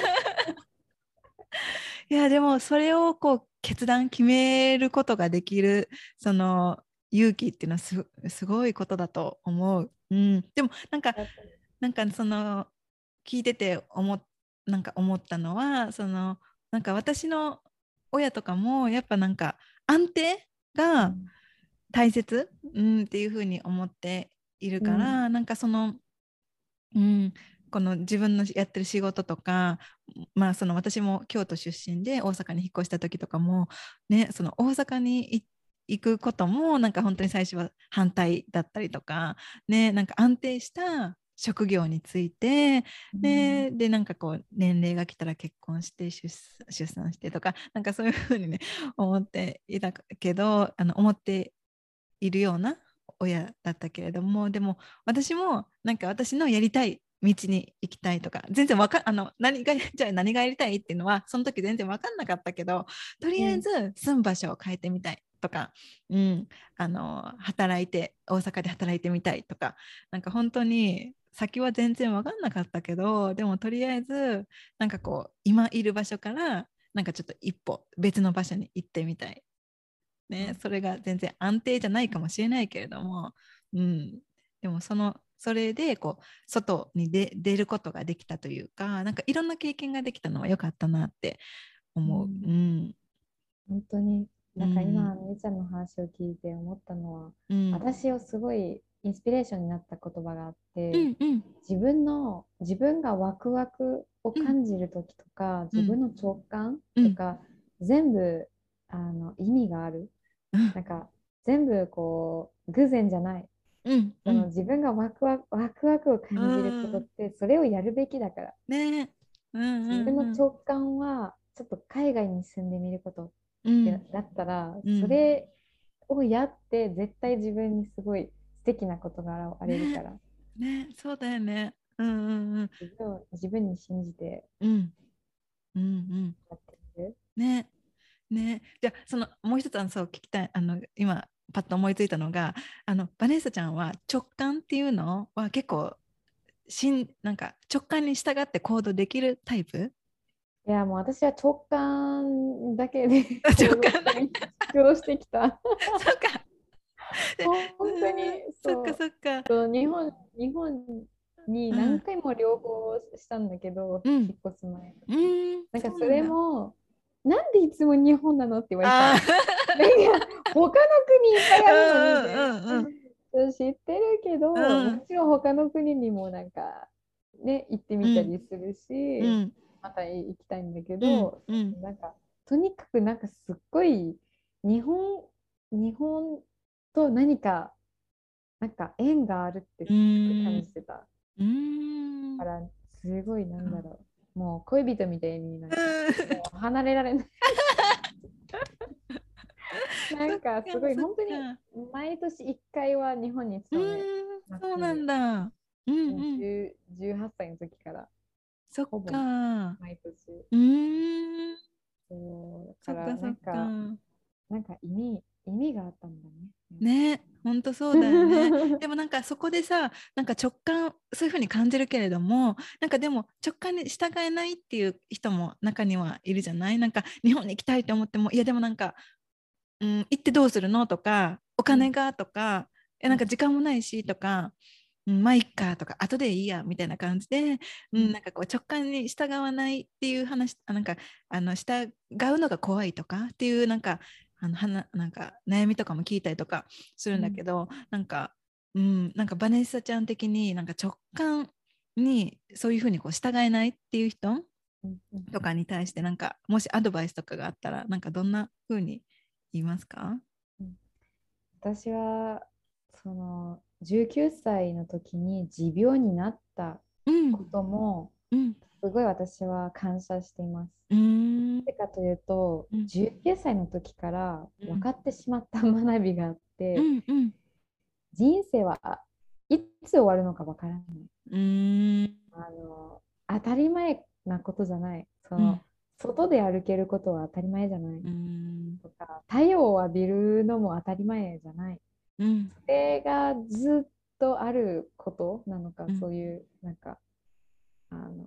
いや、でも、それをこう、決断決めることができる、その、勇気っていうのはすごいことだと思う。うん。でも、なんかその、聞いててなんか思ったのは、その、なんか私の親とかも、やっぱなんか、安定がうん大切、うん、っていうふうに思っているうんから、なんかその、うん、この自分のやってる仕事とか、まあ、その私も京都出身で大阪に引っ越した時とかも、ね、その大阪に行くこともなんか本当に最初は反対だったりとか、ね、なんか安定した職業について、 うんね、でなんかこう年齢が来たら結婚して出産してとか、なんかそういうふうにね思っていたけど、思っているような親だったけれども、でも私もなんか私のやりたい道に行きたいとか、全然何がじゃあ何がやりたいっていうのはその時全然分かんなかったけど、とりあえうんず住む場所を変えてみたいとか、うん、大阪で働いてみたいとか、なんか本当に先は全然分かんなかったけど、でもとりあえずなんかこう今いる場所からなんかちょっと一歩別の場所に行ってみたいね、それが全然安定じゃないかもしれないけれども、うん、でもそれでこう外に出ることができたというか、なんかいろんな経験ができたのは良かったなって思う。ううんん、 本当に、 うん、 なんか今、みーちゃんの話を聞いて思ったのは、 うん、 私をすごいインスピレーションになった言葉があって、 うん、うん、 自分がワクワクをうん、 感じる時とか、 うん、 自分の直感うん、 とか、全部意味がある。なんか全部こう偶然じゃない。 うん、うん、 その自分がワクワクをう感じることっん、 て、それをやるべきだから。 ね、うん、 自分のうん、 直感はちょっと海外に住んでみることっうん、 てだったら、 うん、 それをやって絶対自分にすごい素敵なことが現れるかね、 ら、 ね、そうだよね。うん、うん、うん、 自分に信じてうん、うん、うん、 やってみる。 ね。ね、じゃあそのもう一つそう聞きたい今パッと思いついたのがバネッサちゃんは直感っていうのは結構なんか直感に従って行動できるタイプ？ いや、もう私は直感だけで直感だ。 行動してきた。 そっか。 本当にそっかそう。 そっか。 日本に何うん回も旅行したんだけど、 うん引っ越す前とかに。 うんなんかそれそうなんだ。 も、なんでいつも日本なのって言われたあら、なんか他の国いっぱいああるのにみたいな。 うんうん知ってるけど、 うんうんもちろん他の国にもなんかね、行ってみたうんりするし、 うんまた行きたいんだけうんど、 うんなんかとにかくなんかすっごい日本、日本と何かなんか縁があるってうすっごいん感じてたうんから、すごいなんだろう。 もう恋人みたいになんうかもう離れられない。なそっかんかすごいそっ本当にか。 毎年1回は日本に勤めそうなますね。 んだ。うんもううん。 18歳の時からそっほぼか。 毎年。 うーん。 そうだからそっかそっか。 なんか意味があったんだね。 ね、ほんとそうだよね。でもなんかそこでさ、なんか直感、そういうふうに感じるけれども、なんかでも直感に従えないっていう人も中にはいるじゃない。なんか日本に行きたいと思っても、いやでもなんか、行ってどうするのとか、おうん金がとか、なんかうん時間もないしとか、まあいっかとか、後でいいやみたいな感じで、 うんなんかこう直感に従わないっていう話、なんか従うのが怖いとかっていうなんかなんか悩みとかも聞いたりとかするんうんだけど、なんか、なんかバネッサちゃん的になんか直感にそういうふうにこう従えないっていう人うんうんとかに対してなんかもしアドバイスとかがあったらなんかどんなふうに言いますか？ うん。私はその19歳の時に持病になったうんこともうんすごい私は感謝しています。 うん。 なぜかというと、 うん 19歳の時からうん分かってしまった学びがあっうて、 んうん人生はいつ終わるのか分からない。 うん当たり前なことじゃない。 うん外で歩けることは当たり前じゃない。 うんとか、太陽を浴びるのも当たり前じゃない。 うんそれがずっとあることなのか、 うんそういう、なんか、あの、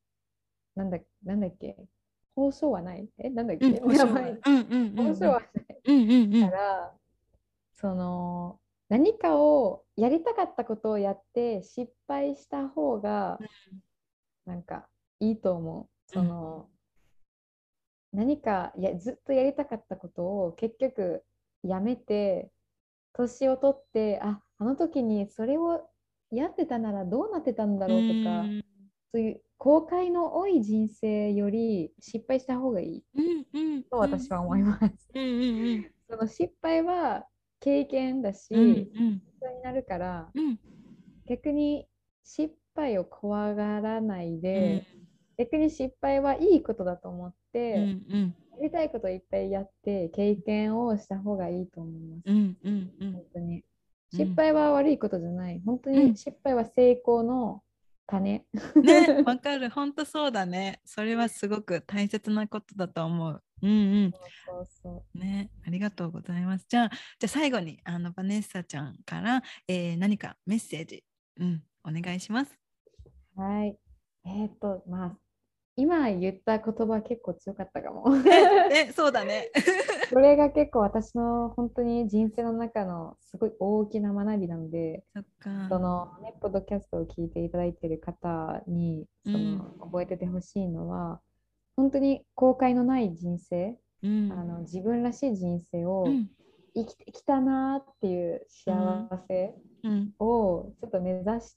なんだっけ、報酬はないなんだっけ、 保やばい。 証はうんうんうんうん報酬はないうんうんうんから、その、何かをやりたかったことをやって失敗した方が、なんか、いいと思う。 うん何かずっとやりたかったことを結局やめて、年を取って、あの時にそれをやってたならどうなってたんだうろうとか、 んそういう後悔の多い人生より失敗した方がいいうんうんとうん私は思います。 うんうんその失敗は経験だうんし、 うん必要になるから、 うん逆に失敗を怖がらないうんで、逆に失敗はいいことだと思っうんて、 うんやりたいことをいっぱいやって経験をした方がいいと思います。 うんうんうん本当に。 うん失敗は悪いことじゃない。本当うんに失敗は成功の種。 ね、わかる。本当そうだね。それはすごく大切なことだと思う。うんうん。 そうそうそね、ありがとうございます。じゃあ最後にバネッサちゃんから、何かメッセージ、お願いします。 う。はい。まあ、今言った言葉結構強かったかも。 そうだね。 これが結構私の本当に人生の中のすごい大きな学びなので、 そっか。 ポッドキャストを聞いていただいている方にうん、 覚えててほしいのは、本当に後悔のない人生、 うん、 自分らしい人生をうん、 生きてきたなっていううん、 幸せうん、 をちょっと目指して、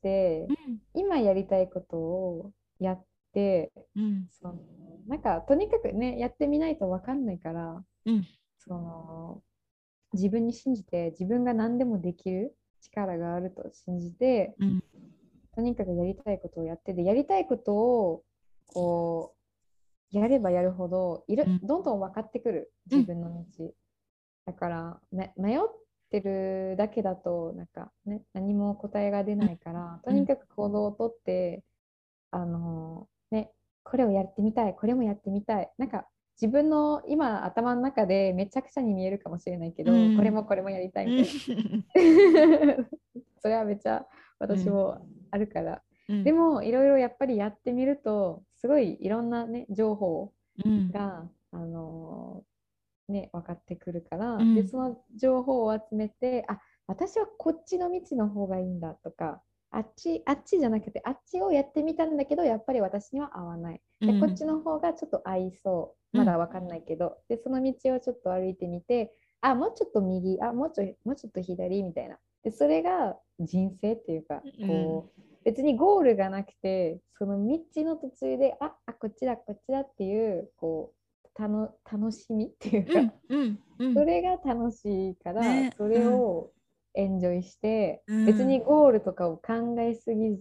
うん、 今やりたいことをやって、 うん、 そのなんかとにかくね、やってみないと分かんないから、 うん、 その自分に信じて、自分が何でもできる力があると信じて、 うん、 とにかくやりたいことをやって、で、やりたいことをこやればやるほどうん、 どんどん分かってくる、自分の道。だから、迷ってるだけだと、なんかね、何も答えが出ないから、とうん、 にかく行動をとって、これをやってみたい、これもやってみたい。なんか、自分の今頭の中でめちゃくちゃに見えるかもしれないけど、これうん、 もこれもやりたいみうん、 たいな。それはめっちゃうん、 私もあるから。 うん、 でも、いろいろやっぱりやってみると、すごいいろんなね、情報うん、 が、分かってくるから、で、 うん、 その情報を集めて、私はこっちの道の方がいいんだとか、あっちじゃなくて、あっちをやってみたんだけど、やっぱり私には合わない。で、こっうん、 ちの方がちょっと合いそう。 うん、 まだわかんないけど、で、その道をちょっと歩いてみて、もうちょっと右、もうちょっと左みたいな。で、それが人生っていうか、 うん、 別にゴールがなくて、その道の途中で、こっちだ、こっちだっていう、楽しみっていうか、 うん、うん、うん、 それが楽しいから、 ね、 それうん、 をエンジョイして、 うん、 別にゴールとかを考えすぎず、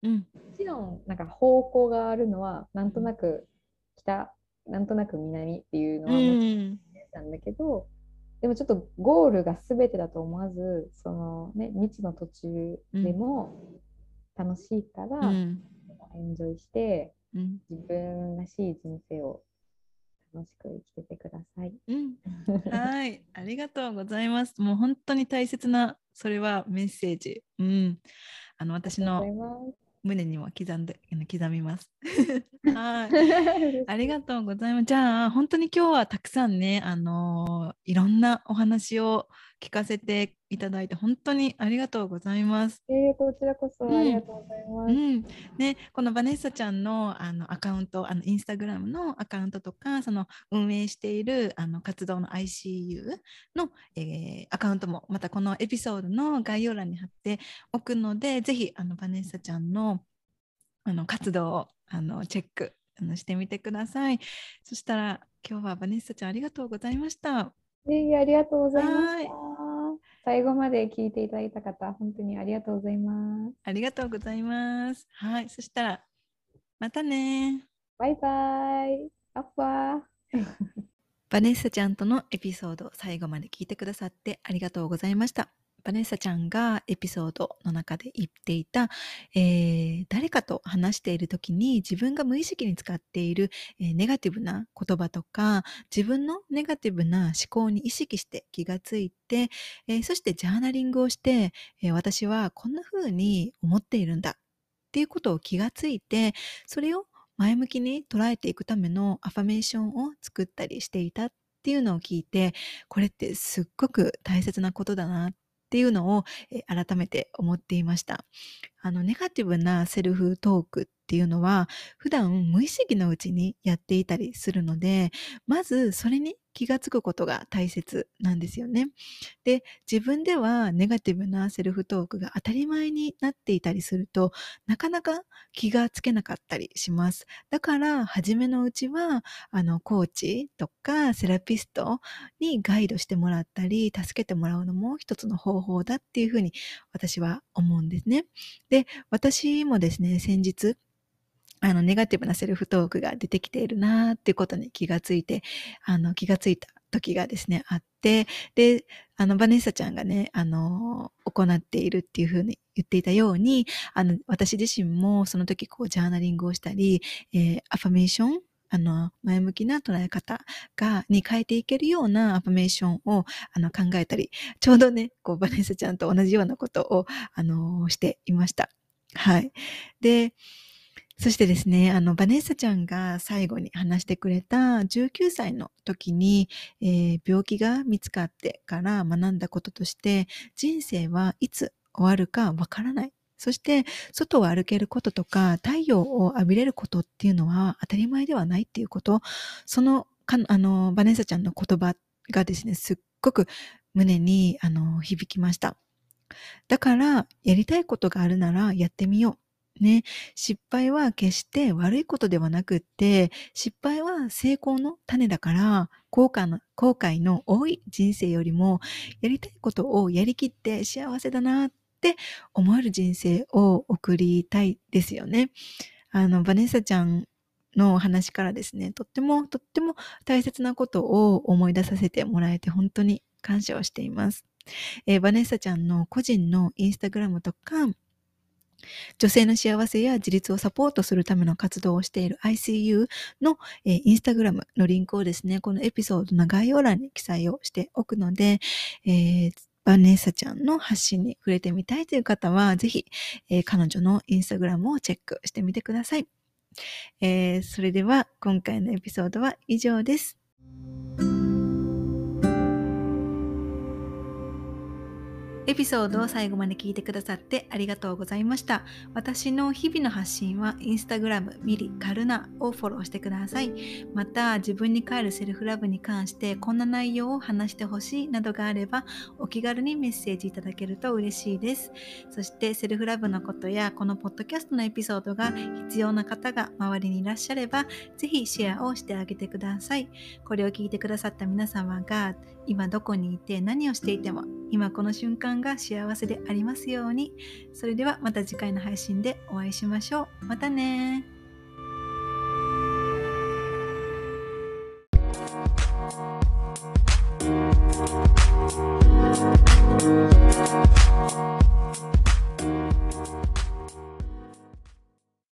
うんもちろんなんか方向があるのはなんとなく北、なんとなく南っていうのうはもちろんんなんだけど、でもちょっとゴールが全てだと思わず、そのね、未知の途中でうんも楽しいからうんエンジョイしてうん自分らしい人生を楽しく生きててください。 うん。はい、ありがとうございます。もう本当に大切な、それはメッセージ。うん。 ありがとうござ私のいます。 胸にも刻みます。はい。 嬉しい。 ありがとうございます。じゃあ、本当に今日はたくさんね、いろんなお話を聞かせていただいて、本当にありがとうございます。 こちらこそありうん。 がとうございます。 うん、ね、このバネッサちゃんの、アカウント、インスタグラムのアカウントとか、その運営している活動の ICU の、アカウントもまたこのエピソードの概要欄に貼っておくので、ぜひバネッサちゃんの、活動をチェックしてみてください。そしたら今日はバネッサちゃんありがとうございました。 ありがとうございました。 はい、 最後まで聞いていただいた方、本当にありがとうございます。 ありがとうございます。はい、そしたらまたね。 バイバイ。アッパー。 バネッサちゃんとのエピソードを最後まで聞いてくださってありがとうございました。バネッサちゃんがエピソードの中で言っていた、誰かと話している時に自分が無意識に使っている、ネガティブな言葉とか自分のネガティブな思考に意識して気がついて、そしてジャーナリングをして、私はこんな風に思っているんだっていうことを気がついて、それを前向きに捉えていくためのアファメーションを作ったりしていたっていうのを聞いて、これってすっごく大切なことだなっていうのを改めて思っていました。ネガティブなセルフトークっていうのは普段無意識のうちにやっていたりするので、まずそれに気がつくことが大切なんですよね。で、自分ではネガティブなセルフトークが当たり前になっていたりすると、なかなか気がつけなかったりします。だから、初めのうちは、コーチとかセラピストにガイドしてもらったり、助けてもらうのも一つの方法だっていうふうに私は思うんですね。で、私もですね、先日、ネガティブなセルフトークが出てきているなっていうことに気がついた時がですね、あって、で、バネッサちゃんがね、行っているっていうふうに言っていたように、私自身もその時こう、ジャーナリングをしたり、アファメーション、前向きな捉え方に変えていけるようなアファメーションを、考えたり、ちょうどね、こう、バネッサちゃんと同じようなことを、していました。はい。で、そしてですね、バネッサちゃんが最後に話してくれた19歳の時に、病気が見つかってから学んだこととして、人生はいつ終わるかわからない。そして、外を歩けることとか、太陽を浴びれることっていうのは当たり前ではないっていうこと、その、バネッサちゃんの言葉がですね、すっごく胸に、響きました。だから、やりたいことがあるならやってみよう。ね。失敗は決して悪いことではなくって、失敗は成功の種だから、後悔の多い人生よりも、やりたいことをやりきって幸せだなって思える人生を送りたいですよね。バネッサちゃんの話からですね、とっても大切なことを思い出させてもらえて本当に感謝をしています。バネッサちゃんの個人のインスタグラムとか、女性の幸せや自立をサポートするための活動をしている ICU の、インスタグラムのリンクをですね、このエピソードの概要欄に記載をしておくので、バネッサちゃんの発信に触れてみたいという方は、ぜひ、彼女のインスタグラムをチェックしてみてください。それでは今回のエピソードは以上です。エピソードを最後まで聞いてくださってありがとうございました。私の日々の発信はインスタグラムミリカルナをフォローしてください。また自分に帰るセルフラブに関してこんな内容を話してほしいなどがあればお気軽にメッセージいただけると嬉しいです。そしてセルフラブのことやこのポッドキャストのエピソードが必要な方が周りにいらっしゃればぜひシェアをしてあげてください。これを聞いてくださった皆様が今どこにいて何をしていても今この瞬間間が幸せでありますように。それではまた次回の配信でお会いしましょう。またね。